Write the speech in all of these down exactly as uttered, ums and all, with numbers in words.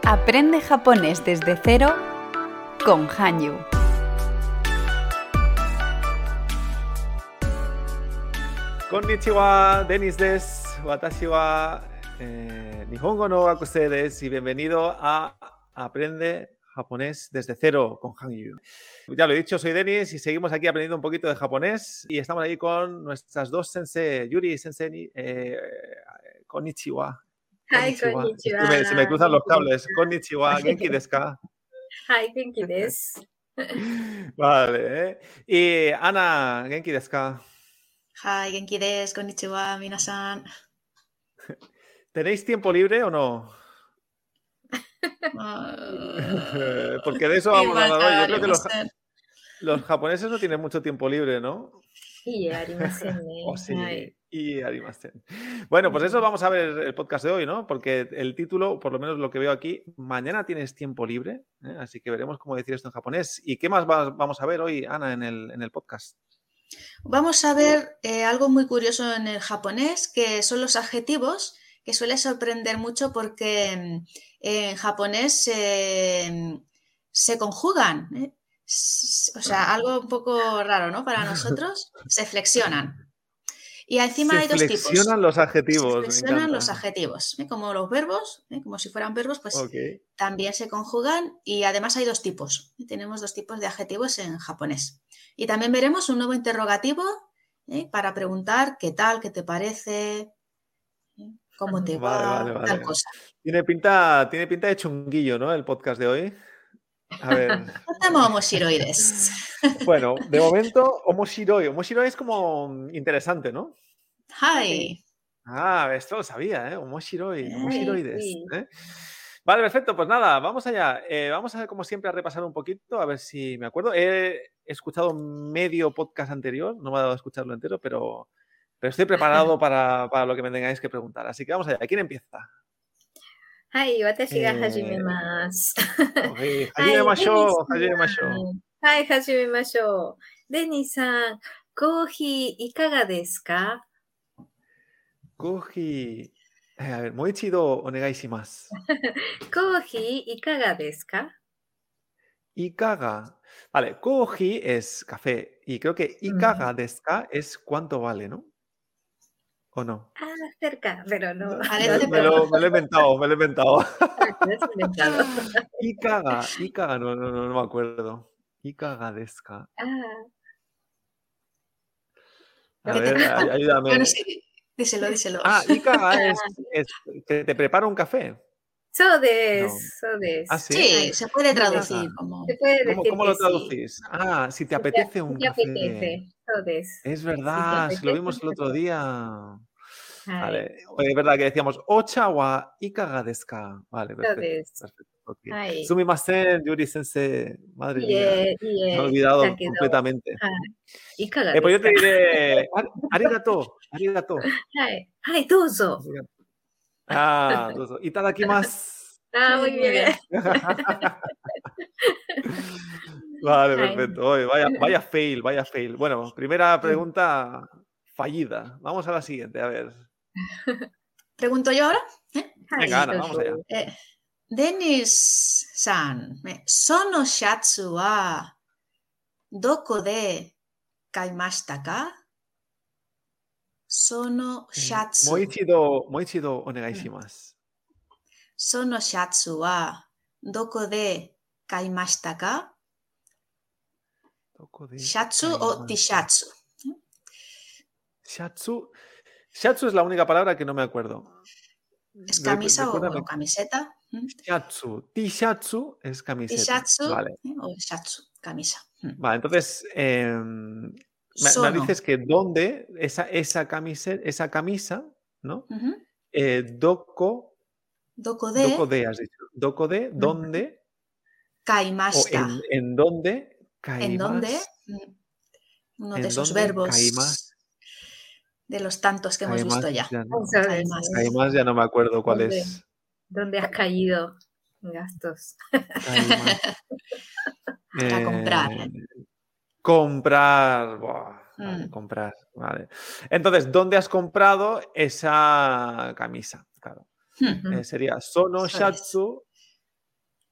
Aprende japonés desde cero con Hanyu. Konnichiwa, Denis des. Watashi wa eh, Nihongo no Gakusei desu. Y bienvenido a Aprende japonés desde cero con Hanyu. Ya lo he dicho, soy Denis y seguimos aquí aprendiendo un poquito de japonés. Y estamos ahí con nuestras dos sensei, Yuri sensei, eh, konnichiwa. Hi, Konnichiwa. konnichiwa. Se me, se me cruzan los cables. Konnichiwa, genki desu ka? Hi, genki desu. Vale, ¿eh? Y Ana, genki desu ka? Hi, genki desu, konnichiwa, minasan. ¿Tenéis tiempo libre o no? Uh, Porque de eso vamos a hablar hoy. Yo creo que los, hacer? los japoneses no tienen mucho tiempo libre, ¿no? Sí, arimasen, ¿eh? O sí, Ay. y arimasen. Bueno, pues eso vamos a ver el podcast de hoy, ¿no? Porque el título, por lo menos lo que veo aquí, mañana tienes tiempo libre, ¿eh? Así que veremos cómo decir esto en japonés. ¿Y qué más va- vamos a ver hoy, Ana, en el, en el podcast? Vamos a ver eh, algo muy curioso en el japonés, que son los adjetivos, que suele sorprender mucho porque mm, en japonés se, se conjugan, ¿eh? S- O sea, algo un poco raro, ¿no? Para nosotros, se flexionan. Y encima Se hay dos tipos. flexionan los Se adjetivos, me flexionan encanta. los adjetivos, ¿eh? Como los verbos, ¿eh? Como si fueran verbos, pues Ok. también se conjugan y además hay dos tipos. Tenemos dos tipos de adjetivos en japonés. Y también veremos un nuevo interrogativo, ¿eh? Para preguntar qué tal, qué te parece, ¿eh? Cómo te Vale, va, vale, tal vale. cosa. Tiene pinta, tiene pinta de chunguillo, ¿no? El podcast de hoy. A ver. Totemo omoshiroi desu. Bueno, de momento, omoshiroi. Omoshiroi es como interesante, ¿no? Hi. Ah, esto lo sabía, ¿eh? Omoshiroi. Eh, Omoshiroi desu, sí. ¿eh? Vale, perfecto. Pues nada, vamos allá. Eh, vamos a, como siempre, a repasar un poquito, a ver si me acuerdo. He escuchado medio podcast anterior, no me ha dado a escucharlo entero, pero, pero estoy preparado para, para lo que me tengáis que preguntar. Así que vamos allá. ¿Quién empieza? Hi, watashi ga Eh, hajimemasu. Ok, Hi, hajimemashou, Denis-san. hajimemashou. Hi, hajimemashou. Denis-san, コーヒーいかがですか? Koji. Eh, a ver, moichido onegai shimasu. コーヒーいかがですか? Ikaga. Vale, koji es café. Y creo que ikaga desu ka es cuánto vale, ¿no? ¿O no? Ah, cerca, pero no. Me, Parece, me lo, me lo he inventado, me lo he inventado. Te has inventado. Ikaga, ikaga, no, no, no, no me acuerdo. Ikaga desu ka. Ah, A ¿Qué te- ver, ay- ayúdame. Bueno, sí, díselo, díselo. Ah, ikaga es, es que te prepara un café. そうで No. す、そうで Ah, す。 sí. Sí, se puede Ikaga. traducir como... Se puede ¿Cómo, decir cómo que lo sí. traducís? Ah, si te Si te- apetece si un te café. apetece, そうです。 Es Si te verdad, si lo apetece vimos el un otro café. día. はい。 Vale, oye, es verdad que decíamos ocha wa ikaga desu ka. Vale, そう perfecto, です。 perfecto. Ok. はい。 Sumimasen, Yuri Sensei. Madre い mía, え、い me he え、 olvidado だけど、 completamente. はい。いかが Eh, で pues す yo か? te diré, "Ar- arigato, arigato. はい。はい、どうぞ。 Ah, dozo. Itadakimasu. あー、muy Muy bien. Vale, Ay. perfecto. Oye, vaya, vaya fail, vaya fail. Bueno, primera pregunta fallida. Vamos a la siguiente, a ver. ¿Pregunto yo ahora? ¿Eh? Venga, Ana, vamos allá. Eh, Denis-san, eh, ¿sono shatsu wa doko de kaimashita ka? Sono Eh, shatsu. Moichido, moichido onegai shimasu. Sono shatsu wa doko de kaimashita ka? Doko de Shatsu o kaimashita. tishatsu. Shatsu. Shatsu es la única palabra que no me acuerdo. ¿Es Re- camisa o, recuérdame. o camiseta? ¿Mm? Shatsu. Tishatsu es camiseta. Tishatsu, Vale. ¿eh? O shatsu, camisa. ¿Mm? Vale, entonces eh, me, me Sono. dices que dónde esa, esa, camise- esa camisa, ¿no? Ujú. Eh, doko, Doko de doko de, has dicho. Doko de, ¿dónde? O kaimashita. en, en dónde ¿En dónde? kaimasu. Mm. Uno ¿En de esos dónde verbos kaimasu? de los tantos que hemos visto Kaimasu ya. ya no, Eso es. Kaimasu. kaimasu ya no me acuerdo cuál ¿Dónde? es. ¿Dónde has caído en gastos? Kaimasu. Para comprar. Eh, comprar. Buah, vale, Mm. comprar. Vale. Entonces, ¿dónde has comprado esa camisa? Claro. Hmm. Eh, sería sono Eso es. shatsu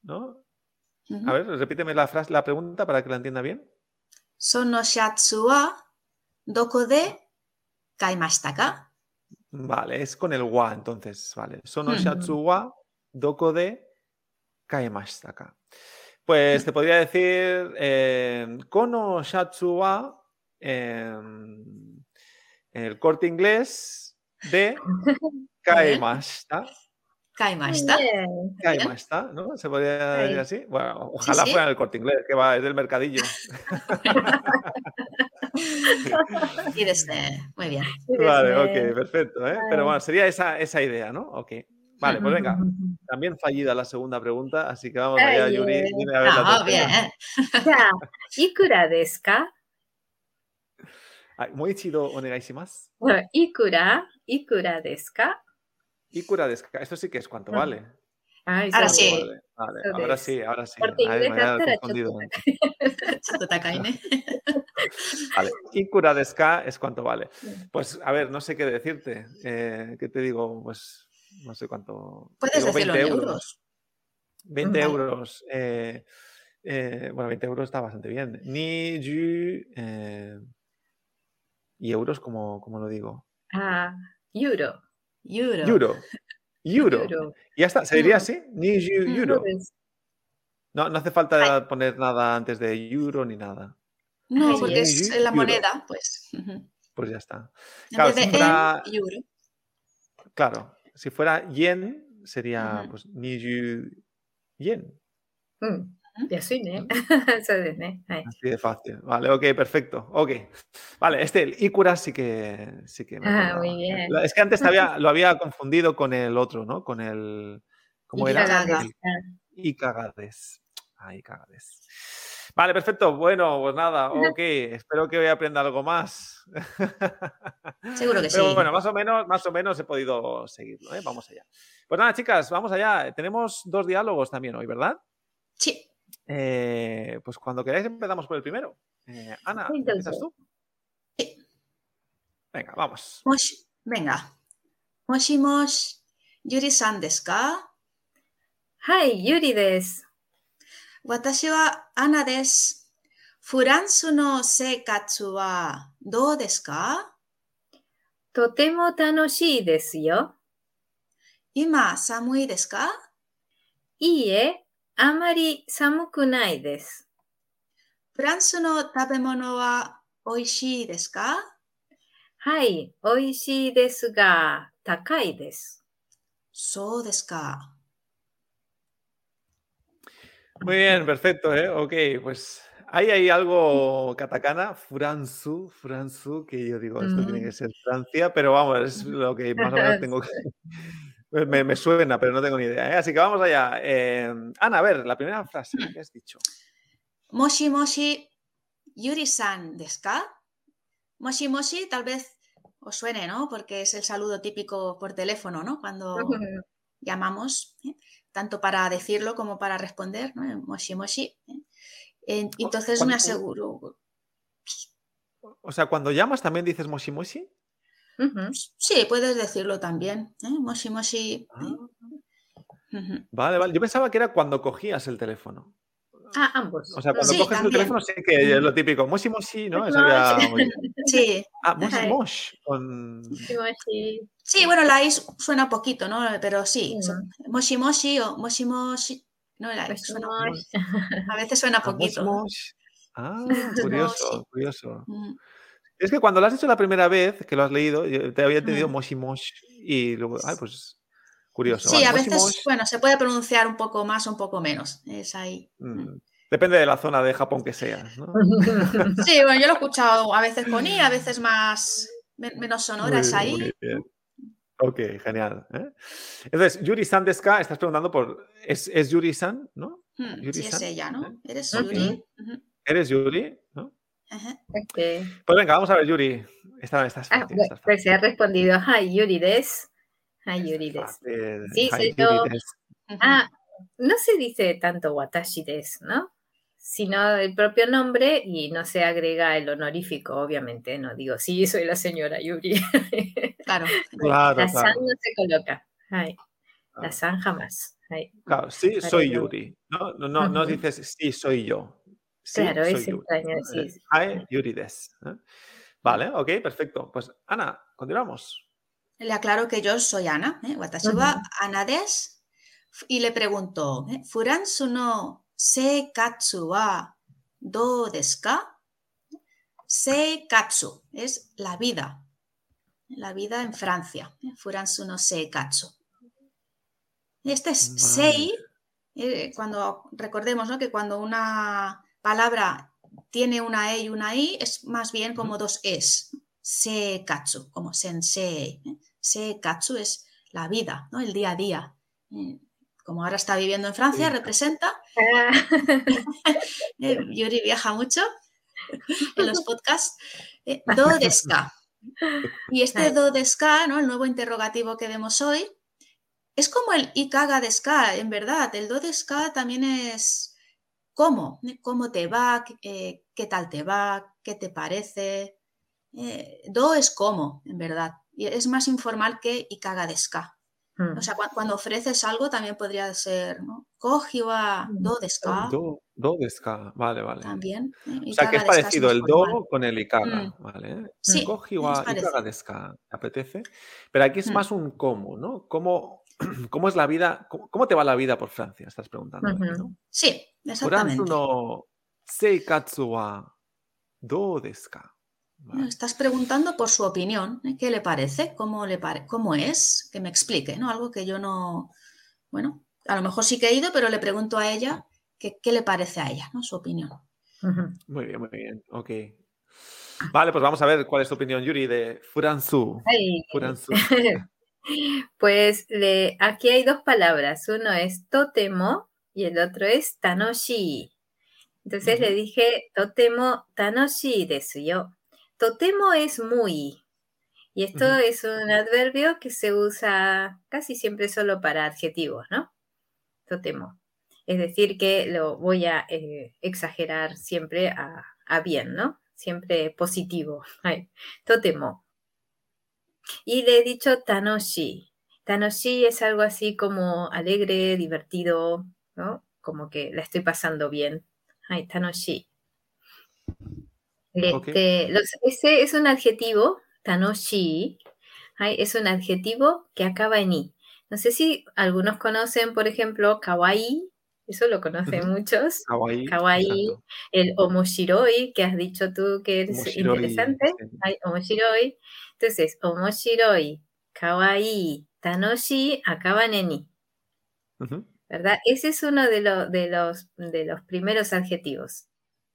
¿no? Ujú. A ver, repíteme la frase, la pregunta para que la entienda bien. Sono shatsu wa doko de kaimashita ka? Vale, es con el wa, entonces, vale. Sono Hmm. shatsu wa doko de kaemashita ka. Pues te podría decir eh, kono shatsu wa em, el Corte Inglés de kaemashita. Kaimashita. Bien. Kaemashita, ¿no? ¿Se podría Ahí. decir así? Bueno, Sí, ojalá sí. fuera el Corte Inglés, que va, es del mercadillo. Y desde, muy bien. Vale, ok, Desde- perfecto, ¿eh? Pero bueno, sería esa, esa idea, ¿no? Ok. Vale, pues venga. También fallida la segunda pregunta, así que vamos allá, Ay, Yuri. eh. Dime a ver la Ah, tercera. bien. じゃあ、いくらですか Ay, muy chido, onegaishimasu. いくらいくらですか Ikura desu ka. Esto sí que es cuánto Ah. vale. Ay, Ahora Cuánto sí. vale. Vale, Eso ahora des. sí, ahora sí. Corte Ay, inglés me había だったらちょっと confundido 高 antes. い。 Chato takai, ¿ne? Vale, Ikura desu ka es cuánto vale. Mm. Pues a ver, no sé qué decirte. Eh, ¿qué te digo? Pues no sé cuánto. Puedes Digo decirlo veinte en euros. euros. veinte Vale. euros. Eh, eh, bueno, veinte euros está bastante bien. Ni, yu, eh, y euros, como, como lo digo. Ah, euro. Euro. Euro. Euro. Euro. Y ya está. ¿Se diría Mm. así? Ni, yu, Mm. euro. そうです No, no hace falta poner nada antes de euro ni nada. No, Ay, porque Ni, es yu, la euro. moneda, pues. Ujú. Pues ya está. En Claro, vez si de en, fuera, euro. claro, si fuera yen, sería Ujú. pues ni, yu, yen. うん。安いね。 ¿Mm? そうですね。はい。 Así de fácil. Vale, ok, perfecto. Ok. Vale, este, el Ikura sí que, sí que me Ah, muy acordaba. bien. La- Es que antes había, lo había confundido con el otro, ¿no? Con el. ¿Cómo era? Ikaga. El Ikagades. Ah, Ikagades. Vale, perfecto. Bueno, pues nada, ok. Espero que hoy aprenda algo más. Seguro que Pero sí. bueno, más o menos, más o menos he podido seguirlo, ¿eh? Vamos allá. Pues nada, chicas, vamos allá. Tenemos dos diálogos también hoy, ¿verdad? Sí. Eh, pues cuando queráis empezamos por el primero. Eh, Ana, Sí, ¿empiezas entonces. tú? Venga, vamos. Moshi. Venga. Moshi moshi. Yuri-san desu ka? はい、ゆりです。 Watashi wa Ana desu. フランスの生活はどうですか? とても楽しいですよ。 今寒いですか? いいえ、あまり寒くないです。 フランスの食べ物は美味しいですか? はい、美味しいですが、高いです。 そうですか。 Muy bien, perfecto, ¿eh? Ok, pues ahí hay algo katakana, Furansu, Furansu, que yo digo, esto tiene que ser Francia, pero vamos, es lo que más o menos tengo que... me, me suena, pero no tengo ni idea, ¿eh? Así que vamos allá. Eh, Ana, a ver, la primera frase, ¿qué has dicho? Moshi moshi, Yuri-san desu ka? Moshi moshi tal vez os suene, ¿no? Porque es el saludo típico por teléfono, ¿no? Cuando llamamos, ¿eh? Tanto para decirlo como para responder, ¿no? Moshi moshi. ¿eh? Entonces Cuando, me aseguro. O sea, cuando llamas también dices moshi moshi. Uh-huh. Sí, puedes decirlo también. ¿eh? Moshi moshi. Ah. ¿eh? Uh-huh. Vale, vale. Yo pensaba que era cuando cogías el teléfono. Ah, ambos. O sea, cuando Sí, coges también. el teléfono sí que es lo típico. Moshi moshi, ¿no? Moshi Eso ya moshi. muy bien. Sí. Ah, moshi Ay. mosh. Con... Moshi moshi. Sí, bueno, la I suena poquito, ¿no? Pero sí. Mm. So- moshi moshi o moshi moshi. No, la I Moshi suena, moshi. a veces suena Ah, moshi poquito. ¿no? mosh. Ah, Moshi curioso, moshi. curioso. Mm. Es que cuando lo has hecho la primera vez que lo has leído, yo te había entendido Mm. moshi mosh y luego, ay, pues curioso. Sí, Vale, a moshi veces, mosh, bueno, se puede pronunciar un poco más o un poco menos. Es ahí. Mm. mm, depende de la zona de Japón que seas, ¿no? Sí, bueno, yo lo he escuchado a veces con I, a veces más men- menos sonora, Muy es bien, ahí. muy bien. Ok, genial. ¿eh? Entonces, Yuri-san desu ka, estás preguntando por. ¿Es, es Yuri-san, no? Mm, sí, Yuri-san. es ella, ¿no? ¿eh? ¿Eres Ok. Yuri? Ujú. ¿Eres Yuri? ¿No? Ajá. Okay. Pues venga, vamos a ver, Yuri. Esta esta es Ah, fácil. bueno, Esta es pues fácil. se ha respondido. Hi, Yuri des. Hi, Esta Yuri es des. fácil. Sí, Hi, soy Yuri yo. desu. Ujú. Ah, no se dice tanto watashi des, ¿no? Sino el propio nombre y no se agrega el honorífico, obviamente. No digo, sí, soy la señora Yuri. Claro. Claro, La san claro. no se coloca. Hi. La claro. san jamás. Ay, Claro, sí, para soy lo- Yuri. No, no, no, no Ujú. dices sí, soy yo. Sí, Claro, soy es Yuri. extraño ¿No? decir. Eh, Hi, Yuri des. ¿eh? Vale, ok, perfecto. Pues Ana, continuamos. Le aclaro que yo soy Ana, ¿eh? Watashi Ujú. wa Ana desu. Y le pregunto, ¿eh? Furansu no seikatsu wa dou desu ka? Seikatsu es la vida, la vida en Francia. ¿eh? Furansu no seikatsu. Este es Vale. sei, eh, cuando recordemos, ¿no? que cuando una palabra tiene una e y una i, es más bien como Ujú. dos es. Seikatsu, como sensei. ¿eh? Seikatsu es la vida, ¿no? El día a día. Eh, Como ahora está viviendo en Francia, Sí. representa. Ah, eh, Yuri viaja mucho en los podcasts. Eh, do desu ka. Y este ay, do desu ka, ¿no? El nuevo interrogativo que vemos hoy, es como el ikaga desu ka, en verdad. El do desu ka también es cómo, ¿eh? ¿Cómo te va? Eh, ¿Qué tal te va? ¿Qué te parece? Eh, do es cómo, en verdad. Y es más informal que ikaga desu ka. O mm, sea, cu- cuando ofreces algo también podría ser, ¿no? Koji wa mm, do desu ka. Do, do desu ka. Vale, vale. También. ¿eh? O sea que es Ikaga desu ka es parecido más el formal. do con el Mm, ikaga, ¿vale? mm, Sí, Koji es wa ikaga parecido. desu ka, ¿te apetece? Pero aquí es Mm, más un cómo, ¿no? ¿Cómo, cómo es la vida? ¿Cómo, cómo te va la vida por Francia? Estás preguntándole, ujú. ¿no? Sí, Furansu exactamente. no seikatsu wa dou desu ka. Vale. Estás preguntando por su opinión, ¿eh? ¿Qué le parece? ¿Cómo, le pare- ¿Cómo es? Que me explique, ¿no? Algo que yo no, bueno, a lo mejor sí que he ido, pero le pregunto a ella que, qué le parece a ella, ¿no? Su opinión. Ujú. Muy bien, muy bien. Ok. Vale, pues vamos a ver cuál es tu opinión, Yuri, de Furansu. Ay, Furansu. pues le- aquí hay dos palabras. Uno es totemo y el otro es tanoshi. Entonces le Ujú, dije, totemo tanoshi desu yo. Totemo es muy. Y esto ujú. es un adverbio que se usa casi siempre solo para adjetivos, ¿no? Totemo. Es decir, que lo voy a eh, exagerar siempre a, a bien, ¿no? Siempre positivo. Ay, totemo. Y le he dicho tanoshi. Tanoshi es algo así como alegre, divertido, ¿no? Como que la estoy pasando bien. Ay, tanoshi. Ok. Este, los- ese es un adjetivo, tanoshi, ay, es un adjetivo que acaba en i. No sé si algunos conocen, por ejemplo, kawaii, eso lo conocen Ujú. muchos. Kawaii, Kawaii, exacto. el omoshiroi, que has dicho tú que es Omoshiroi. interesante. Sí. Ay, omoshiroi. Entonces, omoshiroi, kawaii, tanoshi, acaban en i, Ujú. ¿verdad? Ese es uno de, lo- de los, de los primeros adjetivos.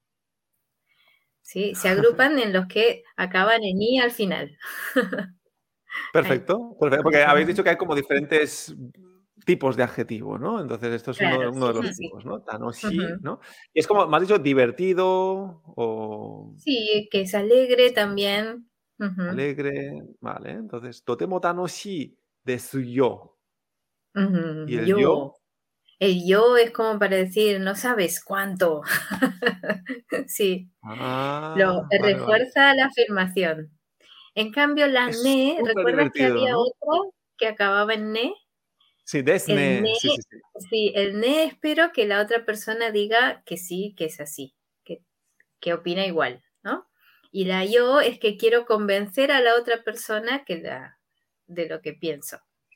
¿Sí? Se agrupan en los que acaban en i al final. Ay, Perfecto, perfecto, porque habéis ujú. dicho que hay como diferentes tipos de adjetivo, ¿no? Entonces, esto es Claro, uno, uno de sí, los sí, sí. tipos, ¿no? Tanoshi, Ujú. ¿no? Y es como, me has dicho, divertido o Sí, que es alegre también. Ujú, alegre, ¿vale? Entonces, totemo tanoshi desu yo. ujú. ¿Y el yo? Yo. El yo es como para decir, no sabes cuánto. Sí, lo Ah, vale, vale. refuerza la afirmación. En cambio, la Es ne, súper ¿recuerdas que divertido, había ¿no? otro que acababa en ne? Sí, El desne, ne, sí, sí, sí. sí, el ne espero que la otra persona diga que sí, que es así, que, que opina igual, ¿no? Y la yo es que quiero convencer a la otra persona que la, de lo que pienso.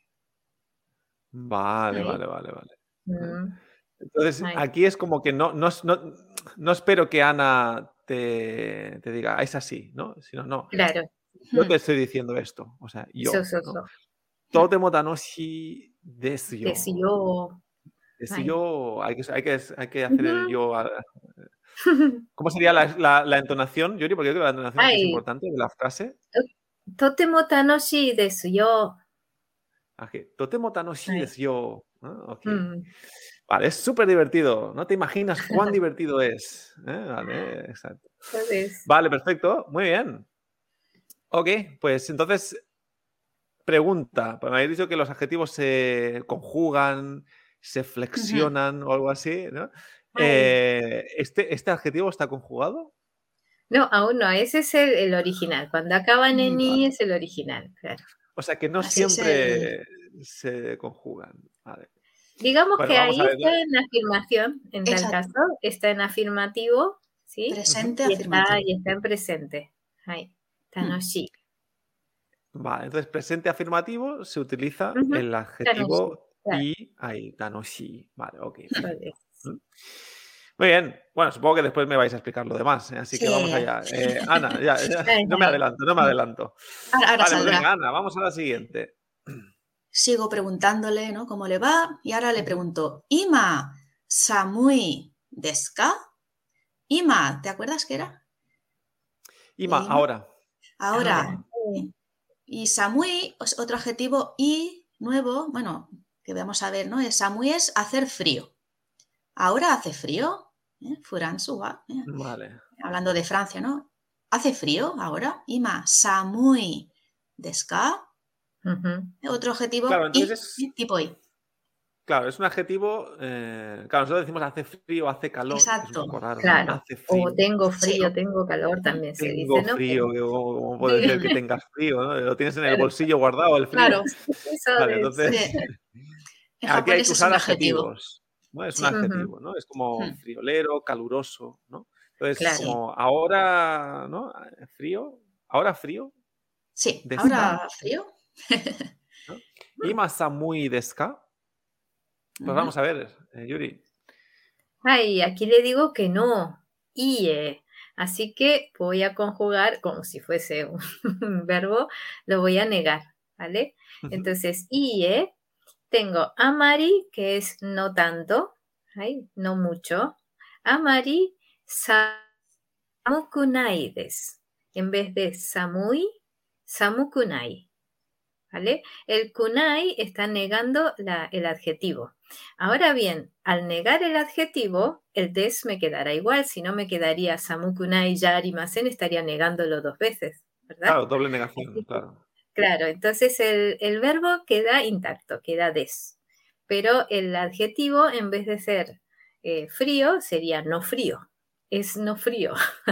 Vale, Ahí. vale, vale, vale. ¿Eh? Mm, Entonces, ahí. aquí es como que no, no, es- no, no espero que Ana te, te diga, "Ah, es así", ¿no? Sino, no, es, Claro, yo te Mm, estoy diciendo esto, o sea, eso, yo, eso, ¿no? eso. Mm, Totemo tanoshi desu De si yo. yo. Desu Ahí. yo, hay que, hay que, hay que hacer el Ujú. yo. a- ¿Cómo sería la, la, la entonación, Yuri? Porque yo creo que la entonación aquí es Ay, importante de la frase. to- totemo tanoshi desu yo. Aquí, Totemo tanoshi Ay. desu yo. ¿No? Ok. Mm. Vale, es súper divertido. No te imaginas cuán divertido es. ¿Eh? Vale, exacto. Entonces, Vale, perfecto. Muy bien. Ok, pues entonces, pregunta. Pues me habéis dicho que los adjetivos se conjugan, se ujú. flexionan o algo así, ¿no? ay. Eh, ¿este, ¿Este adjetivo está conjugado? No, aún no, ese es el, el original. Cuando acaban en Mm, i Vale. es el original, claro. O sea que no Así es el... siempre se conjugan. Vale. Digamos Bueno, que vamos ahí a ver. está en afirmación, en tal Exacto. caso, está en afirmativo, ¿sí? Presente Y está, afirmativo. y está en presente. Ahí, tanoshi. Vale, entonces presente afirmativo se utiliza Ujú, el adjetivo claro. y ahí, tanoshi. Vale, ok. Eso perfecto. es. ¿Mm? Muy bien. Bueno, supongo que después me vais a explicar lo demás, ¿eh? Así que Sí. vamos allá. Eh, Ana, ya, ya, Ay, no me ay. adelanto, no me adelanto. Ahora, ahora Vale, pues saldrá. venga, Ana, vamos a la siguiente. Sigo preguntándole, ¿no? ¿Cómo le va? Y ahora le pregunto, Ima, samui desu ka? Ima, ¿te acuerdas qué era? Ima, Ima. ahora. Ahora. Ima. ¿eh? Y samui es otro adjetivo y nuevo, bueno, que vamos a ver, ¿no? Es samui es hacer frío. Ahora hace frío. ¿eh? Furansu wa, ¿eh? Vale. Hablando de Francia, ¿no? ¿Hace frío ahora? Ima, samui desu ka? Ujú. Otro adjetivo Claro, y, entonces es, ¿eh? tipo y. claro, es un adjetivo. eh, claro, nosotros decimos hace frío, hace calor, que es un Exacto. poco raro. Claro. Hace O frío. tengo Sí. frío, tengo calor, también se Tengo dice, ¿no? frío, Pero- que ¿cómo, cómo puede ser que tengas frío? ¿no? Lo tienes en el Claro. bolsillo guardado el frío. Claro. Eso Vale, de- entonces Sí. En aquí hay japonés que es usar un adjetivo. adjetivos. ¿no? Es Sí. un adjetivo, ¿no? Es como Hmm. friolero, caluroso, ¿no? Entonces, Claro. como ahora, ¿no? Frío, ahora frío, Sí. desu ka, Ahora frío. ¿no? Ima samui desu ka. Pues Ujú. vamos a ver, eh, Yuri. Ay, aquí le digo que no. Ie. Así que voy a conjugar como si fuese un verbo, lo voy a negar, ¿vale? Ujú. Entonces, ie, tengo amari, que es no tanto, ay, no mucho. Amari samukunai desu. En vez de samui, samukunai. ¿Vale? El kunai está negando la- el adjetivo. Ahora bien, al negar el adjetivo, el des me quedará igual, si no me quedaría samukunai ya arimasen, estaría negándolo dos veces, ¿verdad? Claro, doble Así negación, que, claro. claro, entonces el, el verbo queda intacto, queda des. Pero el adjetivo, en vez de ser eh, frío, sería no frío. Es no frío.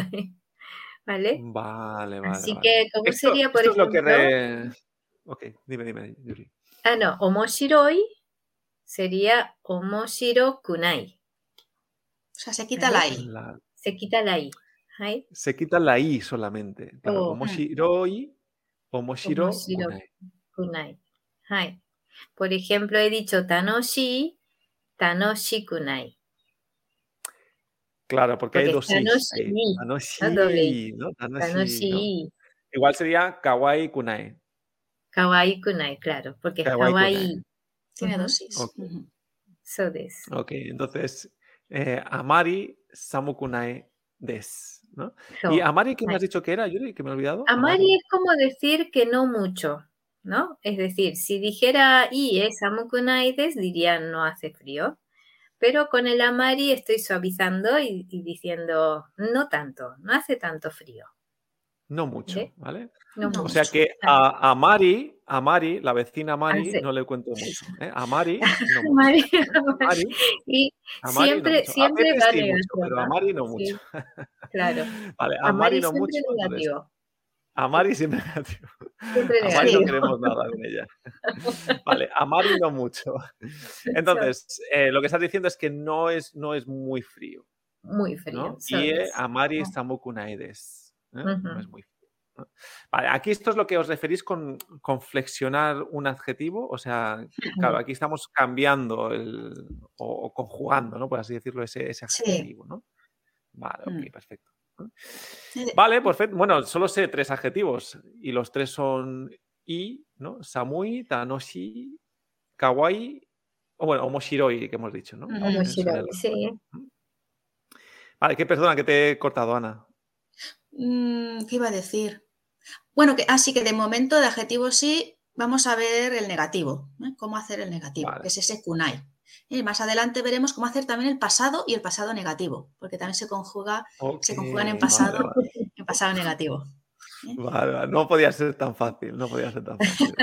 ¿Vale? Vale, vale, Así vale. que, ¿cómo Esto, sería, por esto es lo que... ejemplo? re- Ok, dime, dime, Yuri. Ah, no, omoshiroi sería omoshiro kunai. O sea, se quita ¿Vale? la i. La- Se quita la i. ¿Ay? Se quita la i solamente. Claro, Oh, omoshiroi, omoshiro omoshiro kunai. kunai. ¿Ay? Por ejemplo, he dicho tanoshi, tanoshi kunai. Claro, porque hay Porque dos es is ahí. tanoshi, no doble i. Tanoshi, ¿no? Tanoshi, ¿no? Tanoshi, Igual sería kawaii kunai. kawaii kunai, claro, porque es Kawaii kunai. kawaii. Tiene Ujú. dos is. Ok. Ujú. So des. Ok, entonces, eh, amari samukunai des, ¿no? So, ¿Y amari qué me ay. has dicho que era, Yuri? ¿Que me he olvidado? Amari es como decir que no mucho, ¿no? Es decir, si dijera i es amukunaides, diría no hace frío. Pero con el amari estoy suavizando y, y diciendo no tanto, no hace tanto frío. No mucho, ¿Vale? ¿vale? No No O mucho. sea que a, a Mari, a Mari, la vecina Mari, Hace- no le cuento mucho. ¿eh? A Mari, no mucho. Amari, A Mari, y a Mari no siempre, mucho. A siempre Pepe va sí mucho, negativo. pero a Mari no mucho. Sí, claro. Vale, a Mari Amari no siempre mucho. Entonces, negativo. a Mari siempre negativo. Siempre A Mari no negativo. queremos nada con ella. Vale, a Mari no mucho. Entonces, eh, lo que estás diciendo es que no es, no es muy frío, Muy frío. ¿no? so Y eh, des. a Mari Ah. samukunaides. ¿eh? Ujú. No es muy frío. ¿no? Vale, aquí esto es lo que os referís con, con flexionar un adjetivo. O sea, claro, aquí estamos cambiando el, o, o conjugando, ¿no? Por así decirlo, ese, ese Sí. adjetivo, ¿no? Vale, ok, Mm. perfecto. Eh, Vale, perfecto. Bueno, solo sé tres adjetivos y los tres son i, ¿no? Samui, tanoshi, kawaii, o bueno, omoshiroi, que hemos dicho, ¿no? Ujú. Eso en Omoshiroi, el- sí. Vale, que perdona que te he cortado, Ana. Mm, ¿Qué iba a decir? Bueno, que así que de momento de adjetivo sí, vamos a ver el negativo. ¿eh? Cómo hacer el negativo, Vale. que es ese kunai. Y más adelante veremos cómo hacer también el pasado y el pasado negativo, porque también se conjuga, Ok, se conjugan en vale, pasado vale. en pasado negativo. ¿eh? Vale, vale, no podía ser tan fácil, no podía ser tan fácil.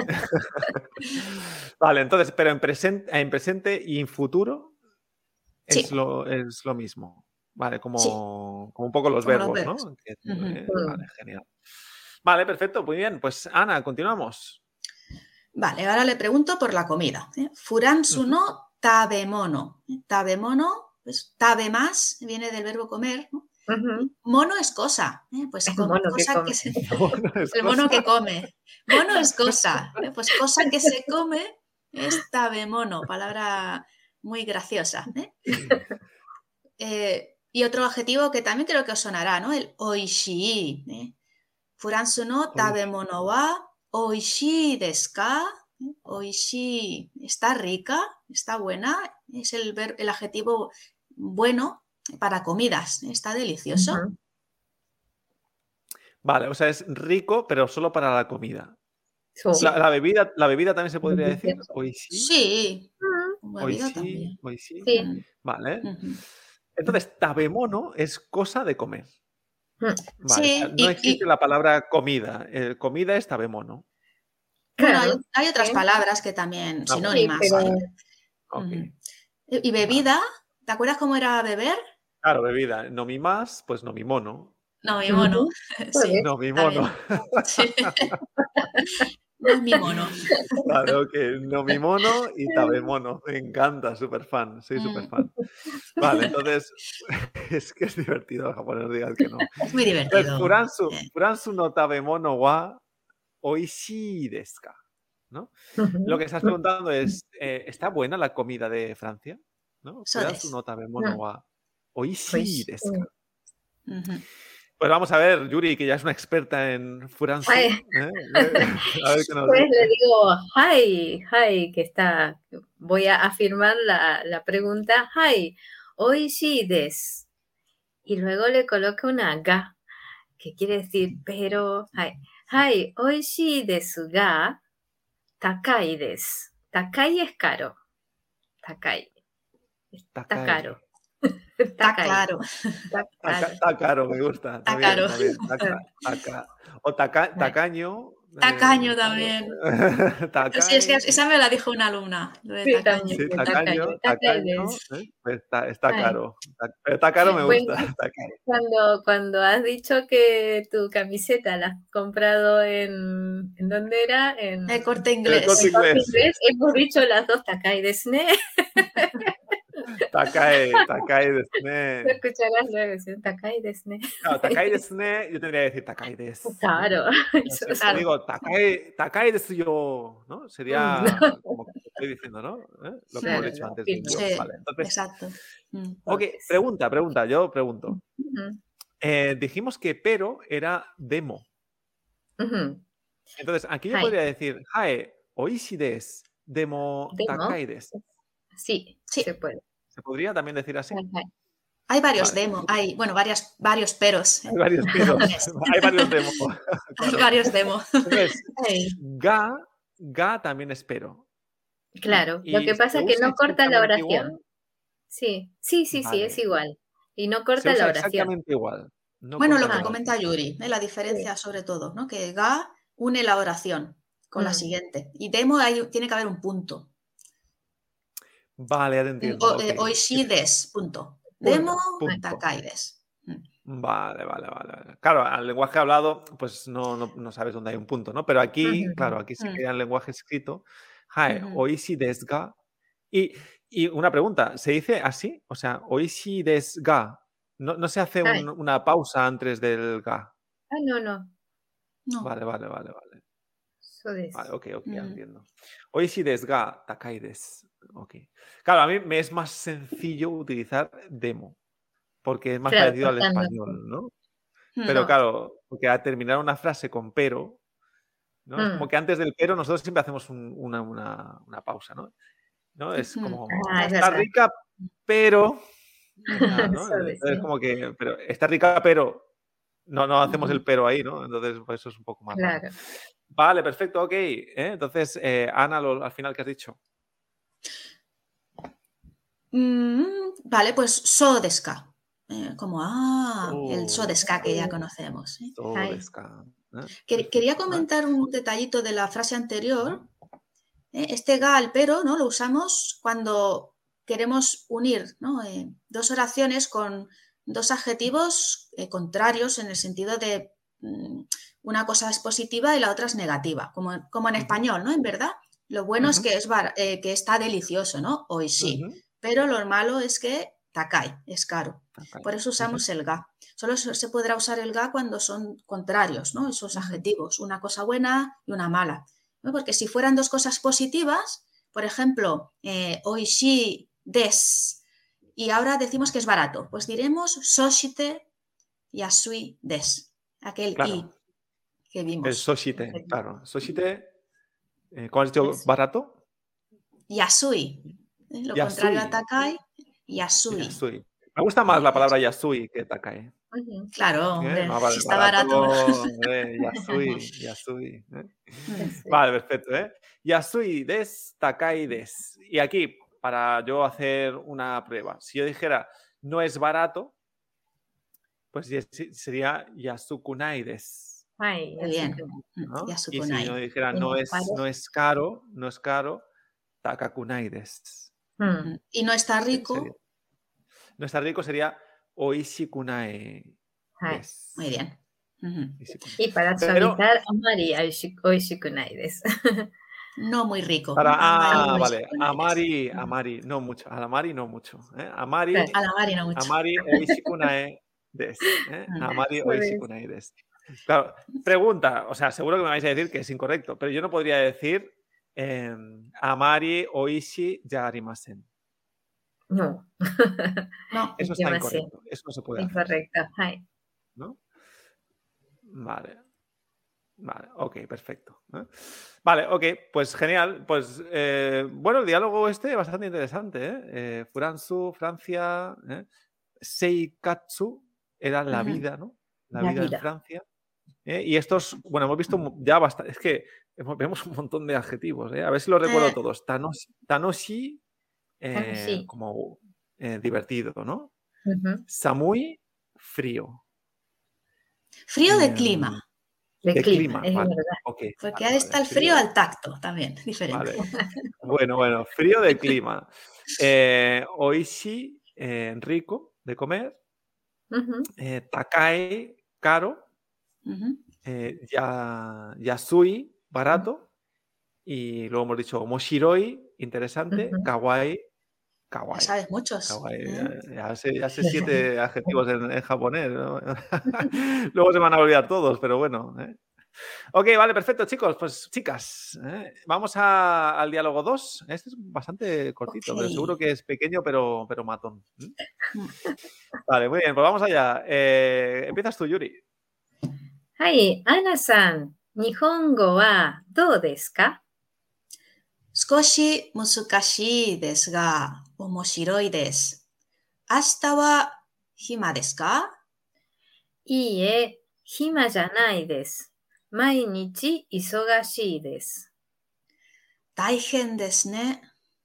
Vale, entonces, pero en presente, en presente y en futuro es, Sí. lo, es lo mismo. Vale, como, Sí. como un poco los Como los verbos, verbos. ¿no? Que- Ujú. eh, Vale, genial. Vale, perfecto, muy bien. Pues Ana, continuamos. Vale, ahora le pregunto por la comida. ¿eh? Furansu Ujú. no tabemono. Tabemono, pues tabe más, viene del verbo comer, ¿no? Ujú. Mono es cosa, ¿eh? Pues El co- mono que cosa come. que se... Mono es El mono cosa. que come. Mono es cosa, ¿eh? Pues cosa que se come es tabemono, palabra muy graciosa, ¿eh? Eh, y otro adjetivo que también creo que os sonará, ¿no? El oishii, ¿eh? Furansu no tabemono wa oishii desu ka? ¿Eh? Oishii, está rica, está buena, es el, ver- el adjetivo bueno para comidas, ¿eh? Está delicioso. Ujú. Vale, o sea, es rico, pero solo para la comida. So, La, la bebida, la bebida también se podría decir. delicioso. Oishi, Sí, Ujú. bebida oishi, también. oishi. Sí. Mm, Vale. ujú. Entonces, tabemono es cosa de comer. Mm. Vale, o sea, Sí, no y, existe y, la palabra comida. Eh, comida es tabemono. bueno, hay, Claro. hay otras Sí. palabras que también, Ah, bueno, Sí, sinónimas. pero ¿eh? ok. Ujú. Y y bebida, ¿te acuerdas cómo era beber? Claro, bebida. No mi más, pues no mi mono. No, mi mono. Ujú. Sí, No mi mono. también. Sí. No es mi mono. Claro que no mi mono y tabemono. Me encanta, súper fan. Soy súper Mm, fan. Vale, entonces es que es divertido el japonés, no digas que no. Es muy Entonces, divertido. furansu, Eh, furansu no tabemono wa oishii desu ka, ¿no? Lo que estás preguntando es, eh, ¿está buena la comida de Francia? ¿No? so Furansu des. no tabemono wa oishii Pues, desu ka. Ujú. Pues vamos a ver, Yuri, que ya es una experta en furansu. Ay. ¿eh? A ver qué nos pues le dice. digo, hi, hi, que está, voy a afirmar la, la pregunta, hi, oishii desu. Y luego le coloco una ga, que quiere decir, pero, hi, hi, oishii desu ga, takai desu. Takai es caro. Takai. Está Takai. caro. Está Takai. claro. Está Taca- caro. Está caro, me gusta. Está Está bien, caro. está bien. Taca- taca. O taca- tacaño. eh, Tacaño claro. también. Sí, es que Tacai. esa me la dijo una alumna, lo de Sí, tacaño. también, Sí, de tacaño, tacaño. Takai tacaño. desu. ¿eh? Pues está, está Ay. caro. Ta- Pero está caro, me Bueno, gusta. Takai. Cuando, cuando has dicho que tu camiseta la has comprado en, ¿en dónde era? En, El Corte El Inglés. Corte en Corte Inglés. Inglés, hemos dicho las dos Takai desu ne. Takai, Takai Lo desu ne. escucharás luego, ¿sí? Takai desu ne. Claro, Takai desu ne, yo tendría que decir Takai desu. ¿no? Claro. No Eso sé, sí. si digo Takai, Takai desu yo, ¿no? Sería Mm. como que te estoy diciendo, ¿no? ¿Eh? Lo que Claro, hemos dicho lo antes del afirmo. yo. Sí, Vale, entonces, exacto. Mm. ok, Entonces, pregunta, pregunta, yo pregunto. ujú, Eh, dijimos que pero era demo. ujú. Entonces, aquí yo Hi. podría decir, hae, oishi desu, demo Demo. takai desu. Sí, Sí. se puede. ¿Se podría también decir así? Hi. Hay varios Vale. demos, hay, bueno, varias, varios peros. Hay varios peros, japonés. hay varios demos. Hay Claro. varios demos. Entonces, Hi. ga, ga también es pero. Claro, lo ¿Y que pasa se es que usa no corta la exactamente igual? oración. Sí, sí, sí, sí, es Vale. igual. Y no Se corta usa la oración. exactamente igual. No Bueno, corta lo la que oración. comenta Yuri, ¿eh? La diferencia sobre todo, ¿no? Que ga une la oración con la Mm. siguiente. Y demo hay, tiene que haber un punto. Vale, ya te entiendo. O, ok. eh, oishi des, punto. Punto. Demo, Punto. takai des. Vale, vale, vale, vale. Claro, al lenguaje hablado, pues no, no, no sabes dónde hay un punto, ¿no? Pero aquí, Ujú. claro, aquí sí Mm. que hay el lenguaje escrito. Hae, Ujú. oishi desu ga. Y, y una pregunta, ¿se dice así? O sea, oishi desu ga. No, no se hace Hi. un- una pausa antes del ga. Ah, no, no. No. Vale, vale, vale, vale. So desu. Vale, ok, ok, ya Mm. entiendo. Oishi desu ga takai desu. Ok. Claro, a mí me es más sencillo utilizar demo, porque es más Claro, parecido al cortando. español, ¿no? Mm. Pero No. claro, porque al terminar una frase con pero, ¿no? Es como Mm. que antes del pero nosotros siempre hacemos un- una, una- una pausa, ¿no? ¿No? Es Ujú. como, Ah, es está verdad. rica, pero... está, ¿no? So desu. Entonces como que, pero está rica, pero... No, no hacemos Ujú. el pero ahí, ¿no? Entonces pues, eso es un poco más raro. Claro. Vale, perfecto, ok. ¿eh? Entonces, eh, Ana, lo- al final, ¿qué has dicho? Mm, vale, pues so desu ka. Eh, como, ah, el so Oh, desu ka que ya conocemos. ¿eh? so Hi. desu ka, ¿eh? Que- Quería Perfecto, ¿eh? comentar un detallito de la frase anterior. Ujú. ¿eh? Este ga al pero, ¿no? Lo usamos cuando queremos unir, ¿no? eh, dos oraciones con dos adjetivos eh, contrarios en el sentido de mm, una cosa es positiva y la otra es negativa, como, como en Ujú. español, ¿no? En verdad, Lo bueno Ujú. es que, es bar- eh, que está delicioso, ¿no? Oishi. Ujú. Pero lo malo es que takai, es caro. Ok. Por eso usamos el ga. Solo se se podrá usar el ga cuando son contrarios, ¿no? Esos Ujú. adjetivos, una cosa buena y una mala. ¿no? Porque si fueran dos cosas positivas, por ejemplo, eh, oishi des, y ahora decimos que es barato, pues diremos soshite yasui des, aquel Claro, i que el vimos. soshite, claro. Soshite, eh, ¿cómo has dicho? Eso. ¿Barato? Yasui, ¿eh? Lo contrario a Yasui. takai, yasui. Yasui. Me gusta más Eh, la palabra yasui que takai. Ujú. Claro, ¿eh? hombre, No, si vale, está barato. barato, eh, yasui, yasui. ¿eh? Mm. Sí. Vale, perfecto. ¿eh? Yasui des, takai des. Y aquí, para yo hacer una prueba, si yo dijera no es barato, pues yes- sería yasukunai des. Ay, Muy bien. así que- ¿no? Y si Yasukunai. yo dijera Y no no es es, caro. no es caro, no es caro, takakunai des. Mm. Mm. Y no está Sí, rico. sería. No está rico, sería oishikunai Ay. des. Muy bien. Ujú. Oishikunai. Y para Pero suavizar, amari oishikunai desu. No muy rico. para, Amari ah, no vale, oishikunai desu. amari, Ujú. amari, no mucho, a la mari no mucho. ¿eh? Amari, Claro. A la Mari no mucho. amari oishikunai des. ¿eh? Mm. Amari Por eso. oishikunai des. Claro, pregunta, o sea, seguro que me vais a decir que es incorrecto, pero yo no podría decir eh, amari oishi ya arimasen. No. No. Eso está Demasiado. incorrecto, eso no se puede hacer, Incorrecto. Ay. ¿no? Vale. Vale, ok, perfecto. ¿eh? Vale, ok, pues genial. Pues eh, bueno, el diálogo este bastante interesante. ¿eh? Eh, Furansu, Francia, ¿eh? Seikatsu era la Ujú. vida, ¿no? La, La vida, vida. en Francia. ¿eh? Y estos, bueno, hemos visto mu- ya bastante, es que hemos- vemos un montón de adjetivos. ¿eh? A ver si los recuerdo Eh, todos. Tanoshi, Tanoshi, eh, Sí. como eh, divertido, ¿no? Ujú. Samui, frío. Frío de Em, clima. De, de clima, clima, es vale. verdad. Ok, Porque vale, ahí vale, está el frío. frío al tacto también. Diferente. Vale. Bueno, bueno, frío de clima. Eh, oishi, eh, rico de comer. Ujú. Eh, takai, caro. Ujú. Eh, ya, yasui, barato. Y luego hemos dicho moshiroi, interesante. Ujú. Kawaii, Ya kawaii. sabes muchos. Kawaii. ¿eh? Ya, ya sé, ya sé siete adjetivos en, en japonés, ¿no? Luego se van a olvidar todos, pero bueno. ¿eh? Ok, vale, perfecto, chicos. Pues chicas, ¿eh? vamos a- al diálogo dos. Este es bastante cortito, Ok. pero seguro que es pequeño, pero, pero matón. ¿Mm? Mm. Vale, muy bien, pues vamos allá. Eh, empiezas tú, Yuri. Ay, Ana-san, Nihongo wa dou desu ka? 少し難しいですが、面白いです。明日は暇ですか？ いいえ、暇じゃないです。毎日忙しいです。 大変ですね。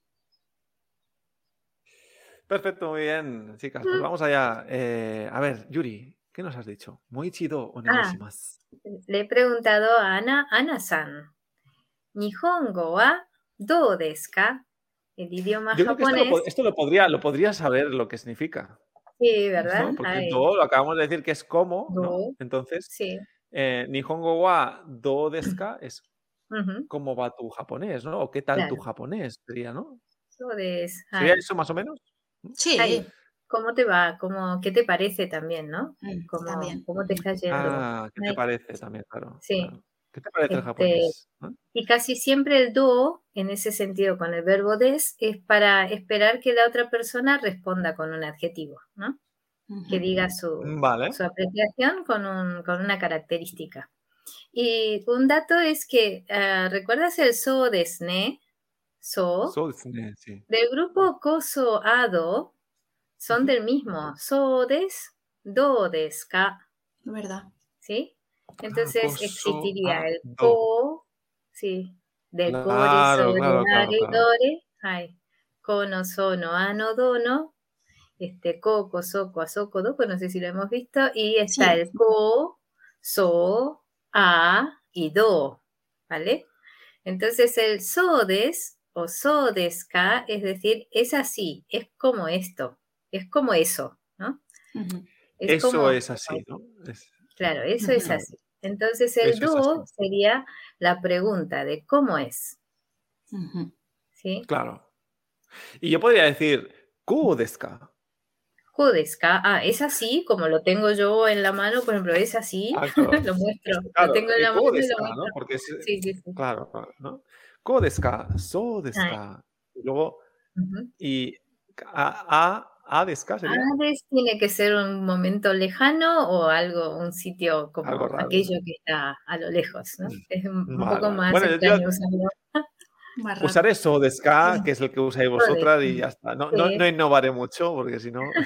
Perfecto, muy bien, chicas. Pues vamos allá. Eh, a ver, Yuri, ¿qué nos has dicho? Moichido onegaishimasu. Le he preguntado a Ana, Ana-san, Nihongo wa dou desu ka? El idioma Yo creo que esto, lo, japonés. po- esto lo, podría, lo podría saber lo que significa. Sí, ¿verdad? ¿no? Porque Ay, do lo acabamos de decir que es como, ¿no? do, Entonces, sí. eh, Nihongo wa do desu ka es Ujú, cómo va tu japonés, ¿no? O qué tal tu claro. japonés, sería, ¿no? So desu. ¿Sería Ay, eso más o menos? Sí, ay, ¿cómo te va? ¿Cómo, qué te parece también, no? mm, ¿Cómo, también. cómo te está yendo? Ah, ¿qué te Ay, parece también? Claro, sí. claro. ¿Qué te parece el Este, japonés? ¿no? y casi siempre el do, en ese sentido, con el verbo des, es para esperar que la otra persona responda con un adjetivo, ¿no? Que Ujú. diga su, Vale. su apreciación con, un, con una característica. Y un dato es que, ah, ¿recuerdas el so desu ne? So, So desu ne, sí. del grupo koso ado, son Ujú. del mismo. So desu, do desu ka, ¿Verdad? ¿sí? Entonces Koso existiría el ado. ko, sí, del kori, Claro, sori, claro, claro, ari, claro. dore, ay, kono, sono, ano, dono, este, koko, soko, asoko, doko, no sé si lo hemos visto, y está Sí. el ko, so, a y do, ¿vale? Entonces el so des o so desu ka, es decir, es así, es como esto, es como eso, ¿no? Ujú. Es Eso como, es así, ¿no? Es, claro, eso es Ujú. así. Entonces el eso es do así. sería la pregunta de cómo es. Ujú. ¿Sí? Claro. Y yo podría decir, ¿Kō desu ka? ¿Kō desu ka? Ah, es así, como lo tengo yo en la mano, por ejemplo, es así. Ah, claro. Lo muestro. Lo Claro, tengo en la mano ¿Kō y desu lo ka, ¿no? muestro. Porque es, Sí, sí, sí. claro, claro, ¿no? ¿Kō desu ka? ¿So desu Ay. ka? Y luego, Ujú. y a, a, a desu ka sería Hades tiene que ser un momento lejano o algo, un sitio como algo raro. aquello que está a lo lejos, ¿no? Es un, un Vale, poco vale. más Bueno, yo extraño usarlo. Más raro. usaré so desu ka, que es el que usáis vosotras, y ya está. No, no, Sí. no innovaré mucho, porque si no...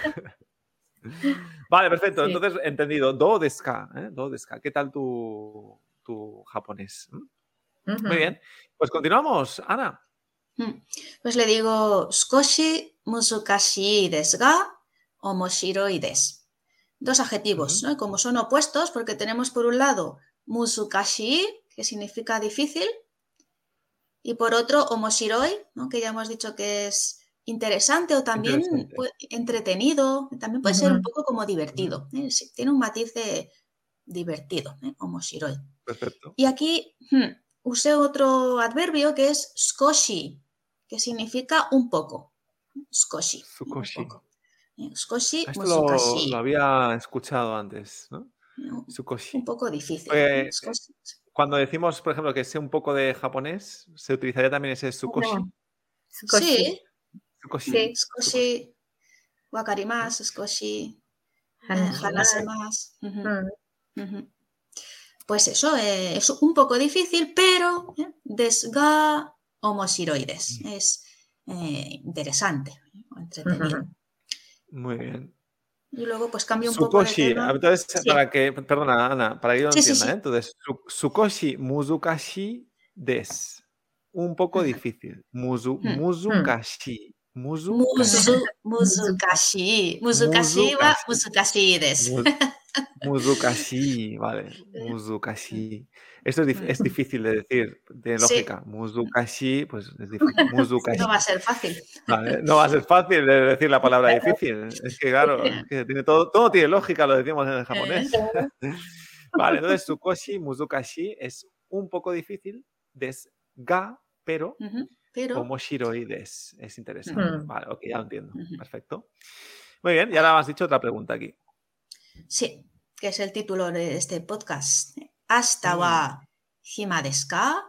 Vale, perfecto. Sí. Entonces, entendido. Do desu ka, ¿eh? Do desu ka. ¿Qué tal tu, tu japonés? ¿Mm? Ujú. Muy bien. Pues continuamos, Ana. Mm. Pues le digo, Skoshi muzukashii desu ga omoshiroi desu. Dos adjetivos, Ujú. ¿no? Como son opuestos, porque tenemos por un lado muzukashii, que significa difícil, y por otro omoshiroi, ¿no? Que ya hemos dicho que es interesante o también Interesante. puede- entretenido, también puede ser un Ujú. poco como divertido, ¿eh? Sí, tiene un matiz de divertido, ¿eh? Omoshiroi. Perfecto. Y aquí hmm, usé otro adverbio que es skoshi, que significa un poco. Skoshi, ¿eh? Un Sukoshi. poco. ¿eh? Skoshi Esto lo, muzukashi. lo había escuchado antes, ¿no? ¿eh? Un Sukoshi. poco difícil. Eh, ¿eh? Skoshi. cuando decimos, por ejemplo, que sé un poco de japonés, ¿se utilizaría también ese sukoshi? Ujú. Sukoshi. Sí, Sukoshi. Sí. skoshi wakarimasu, skoshi eh, Hanashimasu. hanasemasu. Ujú, Mm. ujú. Pues eso, eh, es un poco difícil, pero eh, desu ga omoshiroi desu. Es eh, interesante, ¿eh? O entretenido. Ujú. Muy bien. Y luego pues cambio un poco de Sukoshi. tema. Entonces, Sí, para que, perdona, Ana, para que yo lo sí, sí, entienda, ¿eh? sí. Entonces, su- Sukoshi muzukashi desu. Un poco Ujú. difícil. Muzu, Hmm. muzukashi. Muzukashi. Muzu, muzukashi. Muzukashi wa Muzukashi. muzukashi desu. Mu- Muzukashi, vale. Muzukashi. Esto es, dif- es difícil de decir, tiene Sí, lógica. Muzukashi, pues es difícil. no va a Muzukashi. ser fácil. Vale, no va a ser fácil de decir la palabra difícil. Es que, claro, es que tiene todo, todo tiene lógica, lo decimos en el japonés. Vale, entonces Sukoshi, Muzukashi es un poco difícil. Des ga, pero Ujú, pero omoshiroi des. Es interesante. Mm. Vale, ok, ya lo entiendo. Ujú. Perfecto. Muy bien, y ahora me has dicho otra pregunta aquí. sí, que es el título de este podcast. Hasta wa hima desu ka?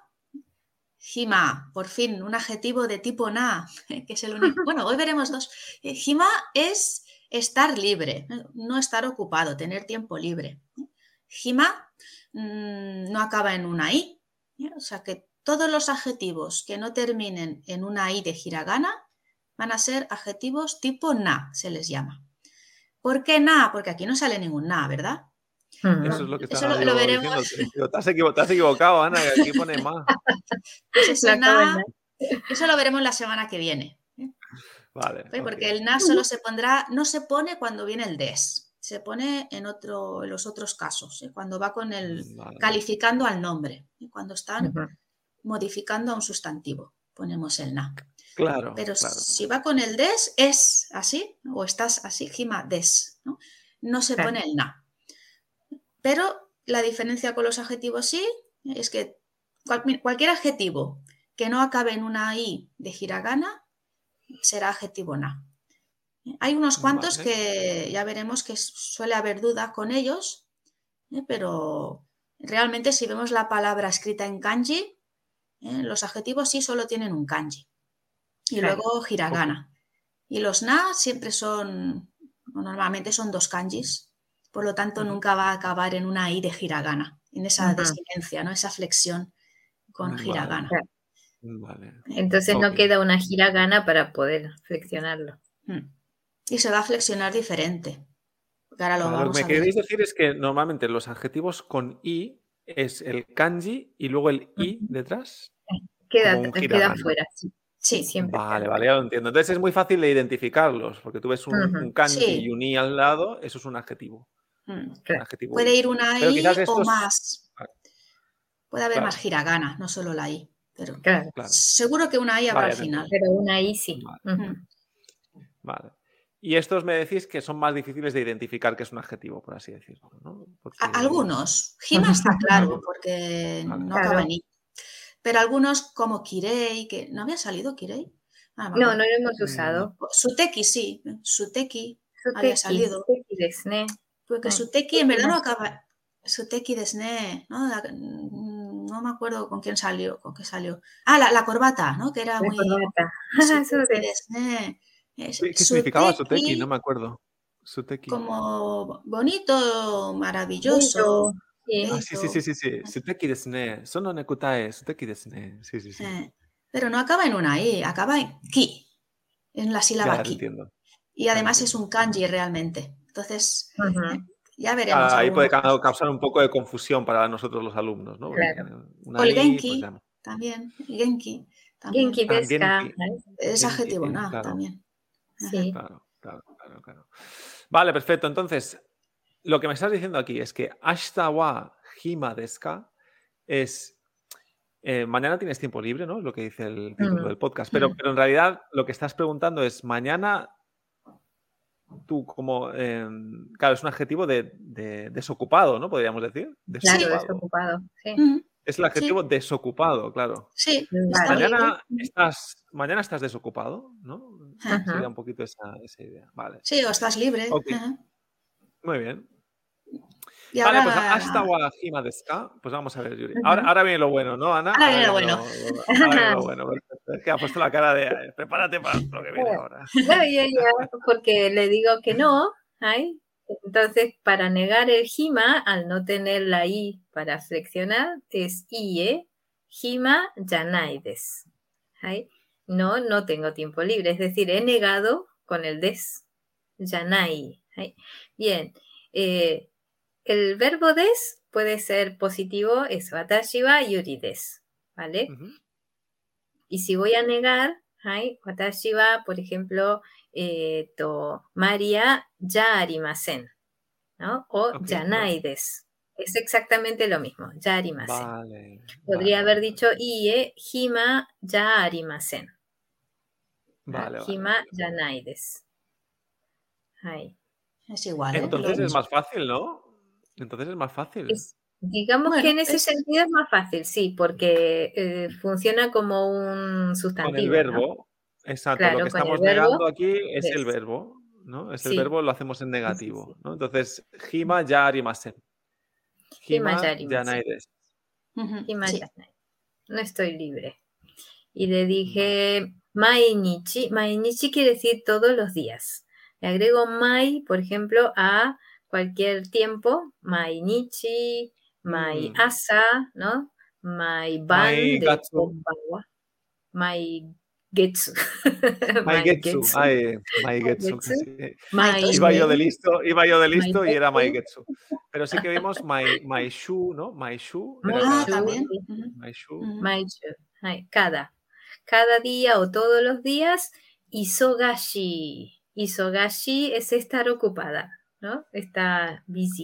Hima, por fin, un adjetivo de tipo na, que es el único. Bueno, hoy veremos dos. Eh, Hima es estar libre, ¿eh? No estar ocupado, tener tiempo libre. Hima mmm, no acaba en una i, ¿eh? O sea que todos los adjetivos que no terminen en una i de hiragana van a ser adjetivos tipo na, se les llama. ¿Por qué na? Porque aquí no sale ningún na, ¿verdad? Eso es lo que Eso estaba lo, lo yo veremos. diciéndote. Digo, te, has equivo- te has equivocado, Ana, que aquí pone más. Pues ese Lo acabo de na, ver. eso lo veremos la semana que viene. ¿eh? Vale. ¿Eh? ok. Porque el na solo se pondrá, no se pone cuando viene el des, se pone en, otro, en los otros casos, ¿eh? Cuando va con el Vale. calificando al nombre, ¿eh? Cuando están Ujú. modificando a un sustantivo, ponemos el na. Claro, Pero claro. si va con el des, es así, o estás así, hima des, ¿no? No se Claro. pone el na. Pero la diferencia con los adjetivos sí es que cual- cualquier adjetivo que no acabe en una i de hiragana será adjetivo na. Hay unos cuantos Vale. que ya veremos que suele haber duda con ellos, ¿eh? Pero realmente si vemos la palabra escrita en kanji, ¿eh? Los adjetivos sí solo tienen un kanji y Claro. luego hiragana. Y los na siempre son, normalmente son dos kanjis, por lo tanto Ujú. nunca va a acabar en una i de hiragana, en esa Ujú. desinencia, ¿no? Esa flexión con Vale. hiragana. Claro. Vale. Entonces no Ok. queda una hiragana para poder flexionarlo. Mm. Y se va a flexionar diferente. Porque ahora lo Vale, lo que vamos me a ver. queréis decir es que normalmente los adjetivos con i es el kanji y luego el i Ujú. detrás, Queda, como un queda hiragana. fuera, sí. Sí, Sí, siempre Vale, queda vale, fuera. ya lo entiendo. Entonces es muy fácil de identificarlos, porque tú ves un, Ujú. un kanji sí. y un i al lado, eso es un adjetivo. Mm. Un Claro. adjetivo Puede i. ir una Pero i quizás o estos. más. Puede haber Claro, más hiragana, no solo la i. Pero Claro. claro. seguro que una i habrá Vale, al ya te final. entiendo. Pero una I sí. Vale, Ujú. Mm. vale. Y estos me decís que son más difíciles de identificar que es un adjetivo, por así decirlo, ¿no? Porque... A- Algunos. Hima está claro, porque Vale. no Claro. acaba en i. pero algunos como kirei, que ¿no había salido kirei? Ah, no, no, no lo hemos usado. Suteki sí, Suteki había salido. Suteki desu ne. Porque Ay, Suteki en verdad no acaba. Suteki desu ne, ¿no? La, no me acuerdo con quién salió, con qué salió. Ah, la, la corbata, ¿no? Que era la muy. corbata. Suteki desu ne. Es, ¿Qué, qué significaba Suteki, Suteki? No me acuerdo. Suteki. Como bonito, maravilloso. Sí. Ah, sí, sí, sí, sí, sí. Suteki desu ne. Sono nekutae, Suteki desu ne. Sí, sí, sí. Eh, pero no acaba en una I, acaba en ki, en la sílaba Ya, ki. entiendo. Y además ya es un kanji realmente. Entonces, Uh-huh. eh, ya veremos. Ah, ahí puede algunos. causar un poco de confusión para nosotros los alumnos, ¿no? Porque Claro. una O el I, genki pues ya. también. Genki también. Genki Ah, desu ka. genki. Es Genki, adjetivo, eh, no, claro. también. Sí. Claro, claro, claro, claro. Vale, perfecto. Entonces, lo que me estás diciendo aquí es que ashita wa hima desu ka es eh, mañana tienes tiempo libre, ¿no? Es lo que dice el título Mm. del podcast. Pero, Mm. pero en realidad lo que estás preguntando es mañana tú como, eh, claro, es un adjetivo de, de desocupado, ¿no? Podríamos decir. Claro, Desocupado. desocupado. Sí. Mm. Es el adjetivo Sí, desocupado, claro. sí, Vale. está libre. Mañana estás, mañana estás desocupado, ¿no? Ajá. Sería un poquito esa, esa idea. Vale. Sí, o estás libre. Ok, Ajá. muy bien. Y Vale, ahora, pues hasta wa hima desu ka. Pues vamos a ver, Yuri. Ujú. Ahora, ahora viene lo bueno, ¿no, Ana? ahora viene lo bueno. lo, ahora viene lo bueno. Perfecto. Es que ha puesto la cara de "Ay, prepárate para lo que viene ahora". No, yo ya, porque le digo que no. ¿ay? Entonces, para negar el hima, al no tener la i para flexionar, es ie, hima janai desu. ¿ay? No, no tengo tiempo libre. Es decir, he negado con el des. Janai. ¿ay? Bien. Eh, el verbo des puede ser positivo, es watashi wa yuri desu. ¿Vale? Ujú. Y si voy a negar, ¿ay? Watashi wa, por ejemplo, eh, to, María ya arimasen, ¿no? O Ok, yanai vale. desu. Es exactamente lo mismo, ya arimasen. Vale. Podría vale, haber vale, dicho ie, hima ya arimasen. Vale, vale, Hima vale. yanai desu. Ay. es igual, ¿eh? Entonces Lo- es más fácil, ¿no? Entonces es más fácil. Es- digamos Bueno, que en ese es- sentido es más fácil, sí, porque eh, funciona como un Con el sustantivo, ¿no? verbo. Exacto. Lo Claro, que con el estamos verbo negando aquí es el des. verbo, ¿no? Es el Sí, verbo, lo hacemos en sí, sí, negativo, sí. ¿no? Entonces, hima ya arimasen. Hima Hima ya arimasen. yanai desu. Ujú, Hima sí. yanai. No estoy libre. Y le Vale. dije, mainichi. Mainichi quiere decir todos los días. Le agrego mai, por ejemplo, a cualquier tiempo. Mainichi, mai Mm. asa, ¿no? Mai ban Mai de gatsu. konbanwa. Mai getsu. Mai Mai getsu. getsu. Ay, mai getsu. Getsu. casi. Mai Iba yo de ne. listo, iba yo de Mai listo y era mai getsu. getsu. Pero sí que vimos mai, mai shu, ¿no? Mai shu era Mai cada Ah, shu. también. semana. Ujú, Mai shu. ujú. Mai shu. Ay, cada. Cada día o todos los días, isogashi. Isogashi es estar ocupada, ¿no? Está busy.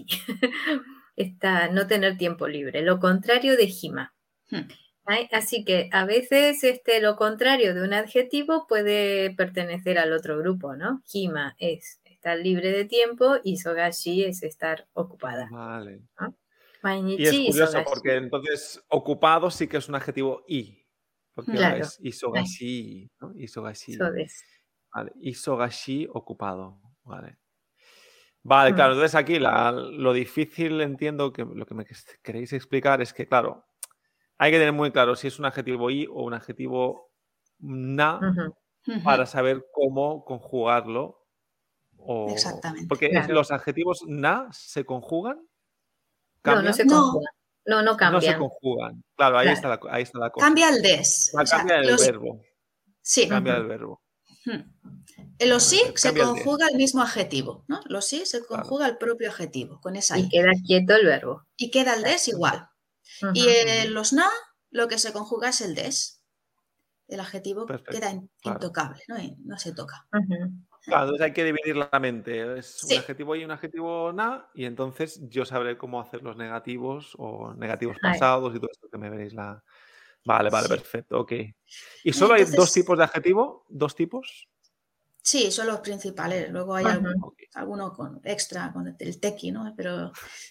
Está no tener tiempo libre. Lo contrario de hima. Hmm. ¿Ay? Así que a veces este, lo contrario de un adjetivo puede pertenecer al otro grupo, ¿no? Hima es estar libre de tiempo, isogashi es estar ocupada, Vale. ¿no? Y es Mainichi curioso isogashi. porque entonces ocupado sí que es un adjetivo i. Porque ahora Claro. es isogashi, ¿no? Isogashi. Eso es. Vale. Isogashi ocupado. Vale. Vale, Mm. claro. Entonces aquí la- lo difícil, entiendo que lo que me queréis explicar es que, claro, hay que tener muy claro si es un adjetivo i o un adjetivo na Ujú. Ujú. para saber cómo conjugarlo. O... Exactamente. Porque es- Claro. los adjetivos na se conjugan. No, ¿Cambian? no se No. conjugan. No, no No se cambian. conjugan. Claro, ahí, Claro. está la, ahí está la cosa. Cambia el des. Va, O sea, cambia el los- verbo. Sí. Cambia Ujú. el verbo. Hmm. En los sí Cambia se el des. conjuga el mismo adjetivo, ¿no? Los sí se Claro. conjuga el propio adjetivo, con esa Y i. queda quieto el verbo. Y queda el Claro. des igual. Ujú. Y en los na, lo que se conjuga es el des. El adjetivo Perfecto, queda in- claro. intocable, ¿no? Y no se toca. Ujú. Claro, entonces hay que dividir la mente. Es Sí. un adjetivo y un adjetivo na, y entonces yo sabré cómo hacer los negativos o negativos Ay. pasados y todo esto que me veréis la. Vale, vale, Sí. perfecto, ok. ¿Y solo hay dos Entonces- tipos de adjetivo? ¿Dos tipos? Sí, son los principales. Luego hay Ujú. algún- Ok. alguno con extra, con el teki, ¿no? Pero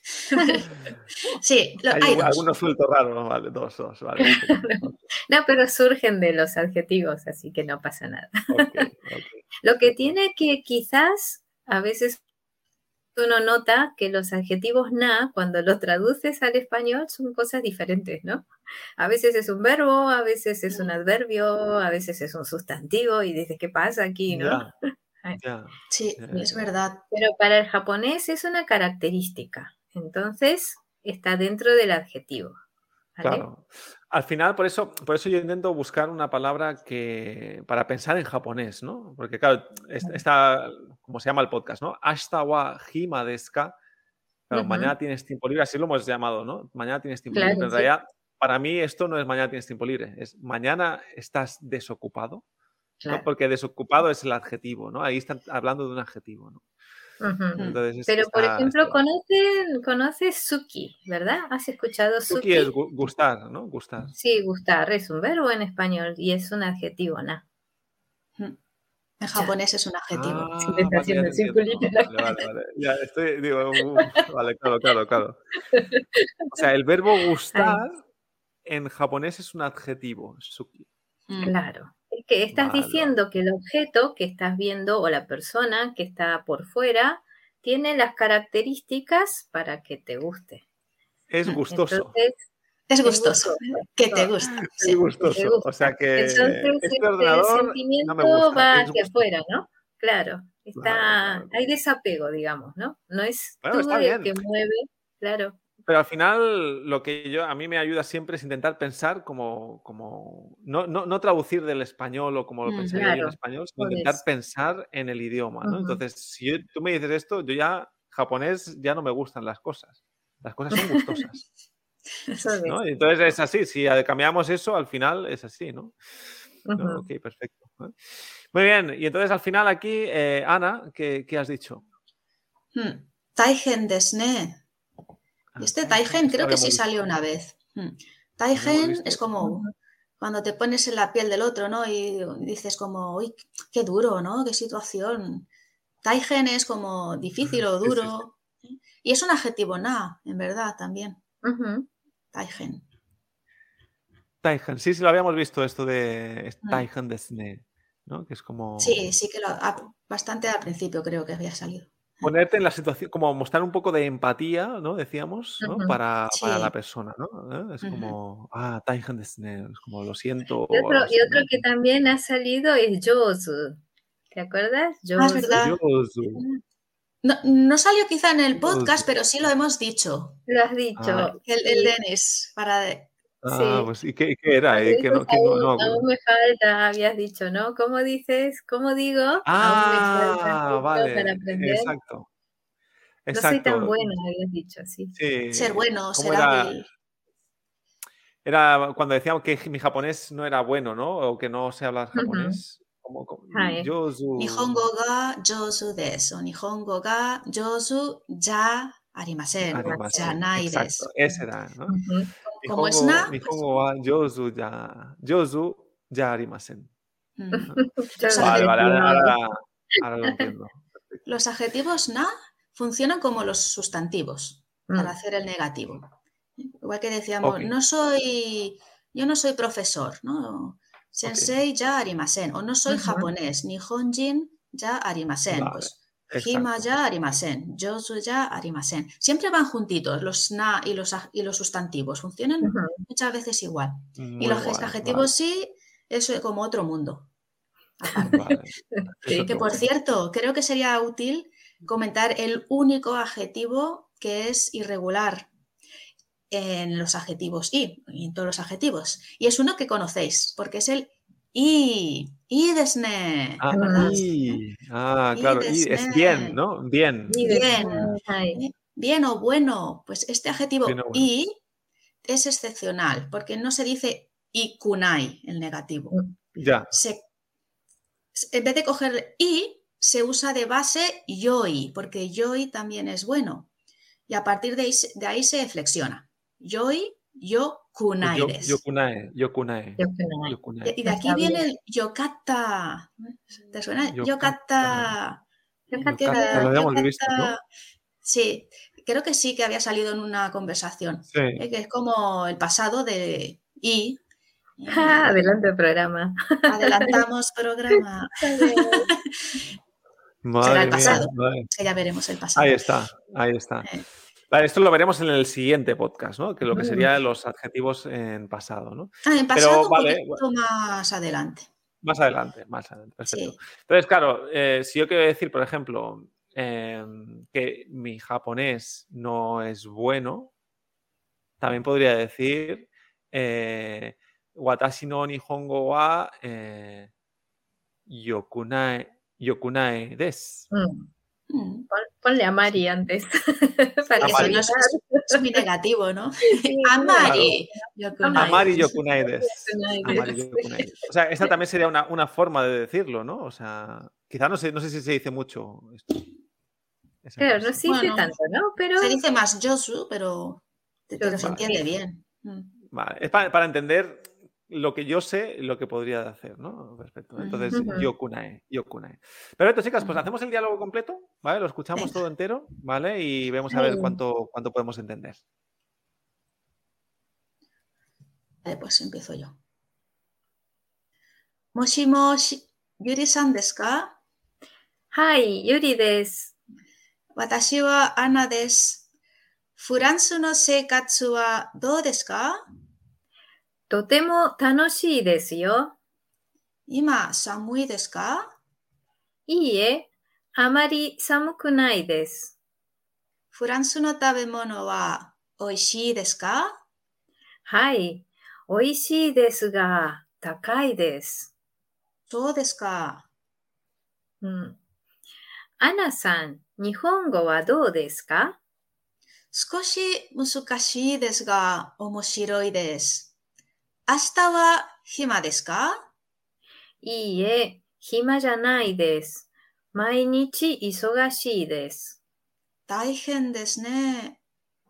sí, lo- Hay hay un- dos. algunos sueltos raros, vale, dos, dos, vale, perfecto. Ok, No, pero surgen de los adjetivos, así que no pasa nada. ok, ok, Lo que perfecto. tiene que quizás a veces uno nota que los adjetivos na, cuando los traduces al español, son cosas diferentes, ¿no? A veces es un verbo, a veces es un Mm, adverbio, a veces es un sustantivo y dices, ¿qué pasa aquí, no? Ya, Ay, ya, Sí, ya, bien. es ya. verdad. Pero para el japonés es una característica, entonces está dentro del adjetivo, ¿vale? Claro. Al final, por eso, por eso yo intento buscar una palabra que para pensar en japonés, ¿no? Porque claro, es- está, como se llama el podcast, ¿no? Ashita wa hima desu ka. Claro, Ujú, mañana tienes tiempo libre, así lo hemos llamado, ¿no? Mañana tienes tiempo libre. claro, Pero en sí, realidad, para mí esto no es mañana tienes tiempo libre, es mañana estás desocupado, ¿no? claro. Porque desocupado es el adjetivo, ¿no? Ahí están hablando de un adjetivo, ¿no? Ujú. Mm. Entonces, es- Pero, por está, ejemplo, está- conoces, conoces suki, ¿verdad? ¿Has escuchado Suki es suki? gu- gustar, ¿no? Gustar. Sí, gustar es un verbo en español y es un adjetivo, na. Mm. En Ya, japonés es un adjetivo. se me Ah, está vale, ya haciendo te entiendo. circulito en la Vale, vale, vale. Ya estoy, digo, uf, vale, claro, claro, claro. O sea, el verbo Ay, gustar en japonés es un adjetivo, suki. Mm. claro. Es que estás Vale, vale. diciendo que el objeto que estás viendo o la persona que está por fuera tiene las características para que te guste. Es Mm. gustoso. Entonces, Es es gustoso, gustoso. que te No, gusta. Es Sí. te gustoso. O gusta. sea que Entonces, este este, el ordenador no me sentimiento gusta, va es hacia gustoso. afuera, ¿no? Claro, Claro, está, claro, hay claro. desapego, digamos, ¿no? No es Bueno, tú está el bien. que mueve, claro. Pero al final lo que yo a mí me ayuda siempre es intentar pensar como, como no, no, no traducir del español o como lo Mm. pensaría yo en Claro, español, sino por intentar eso. pensar en el idioma, ¿no? Ujú. Entonces, si yo- tú me dices esto, yo ya japonés ya no me gustan las cosas. Las cosas son gustosas, Eso es. ¿no? Y entonces es así, si cambiamos eso, al final es así, ¿no? ¿No? Ujú. Ok, perfecto. ¿eh? Muy bien, y entonces al final aquí, eh, Ana, ¿qué, qué has dicho? Mm. Taigen desu ne. Y Ah, este Taigen, Taigen esto lo creo que habíamos sí salió visto. una vez. Mm. ¿Lo habíamos Taigen visto? es como Ujú. cuando te pones en la piel del otro, ¿no? Y dices como, uy, qué duro, ¿no? Qué situación. Taigen es como difícil o Sí, sí, sí. duro. Y es un adjetivo na, en verdad, también. Ujú. Taigen. Taigen, sí, sí, lo habíamos visto esto de es Mm. Taigen desu ne, ¿no? Que es Sí, como sí que lo, a- bastante al principio creo que había salido. ponerte en la situación, como mostrar un poco de empatía, ¿no? Decíamos, ¿no? Ujú. Para, para la Sí. persona, ¿no? ¿Eh? Es Ujú. como, ah, Taigen desu ne, es como lo siento Y o otro, algo y así, otro ¿no? que también ha salido es Josu. ¿Te acuerdas? Ah, es Josu. verdad. Yozu, No, no salió quizá en el podcast, yozu. pero sí lo hemos dicho. Lo has Ah, dicho. El, el Sí, Denis, para... ah, sí. pues ¿y qué, qué era? A ¿Y qué veces no, qué no, aún, no me acuerdo? aún me falta, habías dicho, ¿no? ¿Cómo dices? ¿Cómo digo? Aún me falta Ah, mucho para vale, aprender. exacto, No soy tan exacto. buena, habías dicho, sí. Ser Sí, bueno, ¿cómo ser era? hábil. Era cuando decíamos que mi japonés no era bueno, ¿no? O que no sé hablar Ujú. japonés. Como, como Hai. yozu. Nihongo ga jozu desu. Nihongo ga jozu ya arimasen. O ya Arimasen. nai Exacto, desu. ese era, ¿no? Ujú. Como es na, Nihongo, pues, Nihongo wa yozu ya, yozu ya arimasen. mm, ¿No? Yo los, lo Vale, adje- vale, ahora, entiendo. ahora, ahora lo entiendo. Perfecto. los adjetivos na funcionan como los sustantivos para Mm. hacer el negativo. Igual que decíamos, Ok, no soy, yo no soy profesor, ¿no? ok. Sensei ya arimasen. O no soy Ujú. japonés. Nihonjin ya arimasen. Vale, Pues hima exacto. ya arimasen. Jozu ya arimasen. Siempre van juntitos los na y los, aj- y los sustantivos. Funcionan Ujú. muchas veces igual. Y Muy los guay, adjetivos vale, sí, eso es como otro mundo aparte. vale. Es Sí. Que otro por mundo. cierto, creo que sería útil comentar el único adjetivo que es irregular en los adjetivos y, y en todos los adjetivos. Y es uno que conocéis, porque es el i, i desne, Ah, ¿verdad? y, ah, I claro, y es bien, desne, ¿no? Bien. Y bien, después, hai. ¿eh? Bien o bueno. Pues este Bien o adjetivo bueno. i es excepcional, porque no se dice i kunai, el negativo. Ya, Se, en vez de coger i, se usa de base yoi, porque yoi también es bueno. Y a partir de ahí, de ahí se flexiona. Yoi, yo kunai Yo- desu. Yokunae, yokunae, Yokunae. yokunae. Y de aquí Está bien. viene el yokatta. ¿Te suena? Yokatta. Yokatta. Yokatta. Que era- Lo habíamos yokatta- visto, ¿no? Sí, creo que sí que había salido en una conversación. Sí. ¿eh? Que es como el pasado de i. Ah, adelante el programa. Adelantamos programa. Madre Será el mía, pasado. madre. Que ya veremos el pasado. Ahí está, ahí está. Eh, Vale, esto lo veremos en el siguiente podcast, ¿no? Que lo que Ujú. serían los adjetivos en pasado, ¿no? Ah, en pasado Pero vale, un poquito más adelante. más adelante, más adelante, perfecto. Sí. Entonces, claro, eh, si yo quiero decir, por ejemplo, eh, que mi japonés no es bueno, también podría decir eh, watashi no nihongo wa eh, yokunae, yokunae desu. Mm. Mm. Pon- Ponle a Mari antes. Para Porque que si no es, suene. es- es muy negativo, ¿no? Sí, Amari. Yokunai. Amari yokunai desu. Yokunai Amari desu. yokunai desu. O sea, esta también sería una, una forma de decirlo, ¿no? O sea, quizá no sé, no sé si se dice mucho esto. Esa Claro, no frase. se dice Bueno, tanto, ¿no? Pero Se dice más yosu, pero, pero se Yosu, entiende sí. bien. Mm. Vale, es para, para entender lo que yo sé, lo que podría hacer, ¿no? Perfecto. Entonces, Ujú. yokunae, yokunae. Perfecto, chicas, pues Ujú. hacemos el diálogo completo, ¿vale? Lo escuchamos Venga. todo entero, ¿vale? Y vemos a ver Sí. cuánto, cuánto podemos entender. Vale, pues empiezo yo. Moshi moshi, Yuri-san desu ka? Hai, Yuri desu. Watashi wa Ana desu. Furansu no seikatsu wa dou desu ka? Totemo tanoshii desu yo. Ima samui desu ka? Iie, amari samuku nai desu. Furansu no tabemono wa oishii desu ka? Hai, oishii desu ga takai desu. Sou desu ka? うん。アナさん、日本語はどうですか？ 少し難しいですが、面白いです。明日は暇ですか？ いいえ、暇じゃないです。毎日忙しいです。 大変ですね。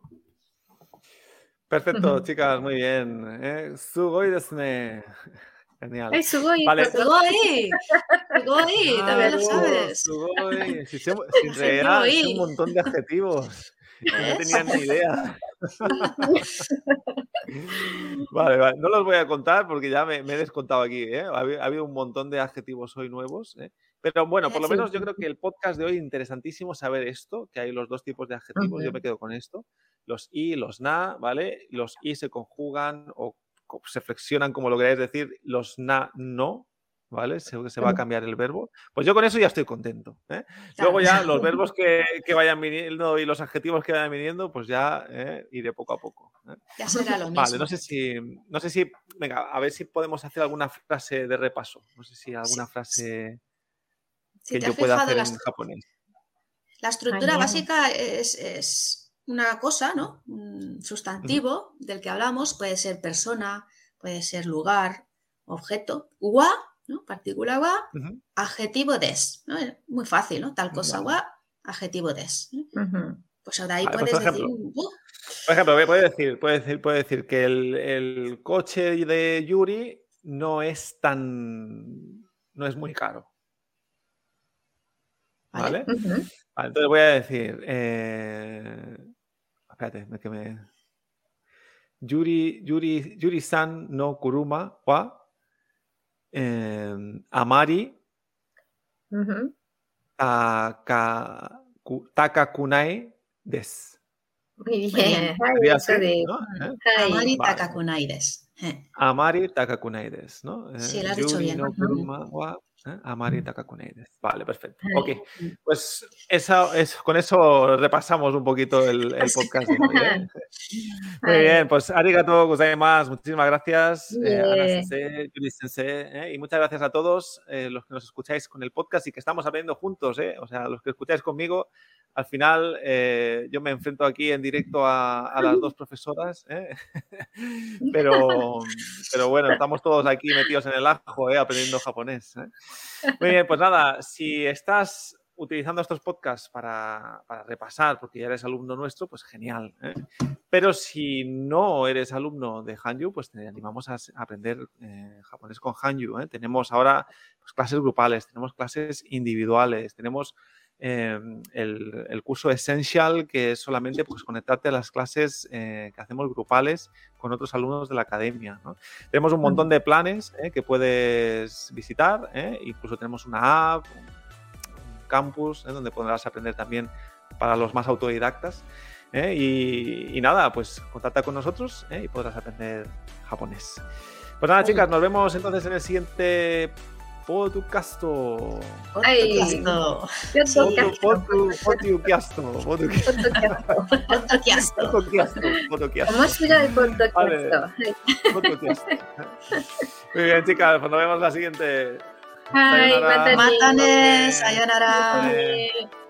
Perfecto, Ujú. chicas, muy bien. ¿eh? Sugoi desu ne. Genial. え、すごい。 Vale. すごいすごい también lo Claro, sabes. sugoi. Si, se- si en realidad Sugoi. sé un montón de adjetivos. Y no ¿Ves? tenía ni idea. Vale, vale. No los voy a contar porque ya me, me he descontado aquí. ¿eh? Ha, habido, ha habido un montón de adjetivos hoy nuevos. ¿eh? Pero bueno, por lo Sí. menos yo creo que el podcast de hoy interesantísimo saber esto, que hay los dos tipos de adjetivos. Yo Ujú. me quedo con esto. Los i, los na, ¿vale? Los i se conjugan o co- se flexionan, como lo queráis decir. Los na, no, ¿vale? Se, se va a cambiar el verbo. Pues yo con eso ya estoy contento. ¿eh? Luego ya los verbos que, que vayan viniendo y los adjetivos que vayan viniendo, pues ya ¿eh? iré poco a poco. ¿eh? Ya será lo mismo. Vale, no sé si, no sé si, venga, a ver si podemos hacer alguna frase de repaso. No sé si alguna Sí. frase Si que te yo has pueda fijado, hacer la, en japonés. la estructura Genial. básica es, es una cosa, ¿no? Un sustantivo del que hablamos, puede ser persona, puede ser lugar, objeto, wa, ¿no? Partícula wa, Ujú. adjetivo des, ¿no? Muy fácil, ¿no? Tal cosa Vale. wa, adjetivo des. ¿no? Ujú. Pues ahora ahí Vale, pues, puedes por decir ejemplo, un bu. Por ejemplo, puede decir, puede decir, puede decir que el, el coche de Yuri no es tan, no es muy caro. ¿Vale? ¿Vale? Ujú. Vale, entonces voy a decir, eh, espérate, me- que me... Yuri, Yuri, Yuri-san no kuruma wa eh, amari Ujú. taka, ku- takakunai desu. Muy bien. bien. Hai, Sería eso así, de. ¿no? ¿Eh? Hai. Amari Vale. takakunai des. Eh, Amari takakunai desu, ¿no? Eh, Sí, lo has dicho Yuri bien. no Ujú. kuruma wa eh, amari takakunai desu. Vale, perfecto. Hai. Ok, pues esa, es, con eso repasamos un poquito el, el podcast de hoy. ¿eh? Muy Hai. bien, pues arigato gozaimasu, muchísimas gracias, eh, Ana Bien. Sensei, Yuri Sensei, ¿eh? y muchas gracias a todos eh, los que nos escucháis con el podcast y que estamos aprendiendo juntos, ¿eh? O sea, los que escucháis conmigo, al final eh, yo me enfrento aquí en directo a, a las dos profesoras, ¿eh? pero, pero bueno, estamos todos aquí metidos en el ajo, ¿eh? Aprendiendo japonés. ¿eh? Muy bien, pues nada, si estás utilizando estos podcasts para, para repasar, porque ya eres alumno nuestro, pues genial, ¿eh? Pero si no eres alumno de Hanyu, pues te animamos a aprender eh, japonés con Hanyu, ¿eh? Tenemos ahora pues, clases grupales, tenemos clases individuales, tenemos eh, el, el curso Essential, que es solamente pues, conectarte a las clases eh, que hacemos grupales con otros alumnos de la academia, ¿no? Tenemos un montón de planes eh, que puedes visitar, ¿eh? Incluso tenemos una app, campus, ¿eh? Donde podrás aprender también para los más autodidactas, ¿eh? y, y nada, pues contacta con nosotros, ¿eh? Y podrás aprender japonés. Pues nada, chicas, nos vemos entonces en el siguiente podcast. Ay, podcast. Podcast. ¿Cómo será el podcast? Muy bien, chicas, pues nos vemos la siguiente. Hai, Sayonara. mata Mata ne. ne, sayonara. Mata ne.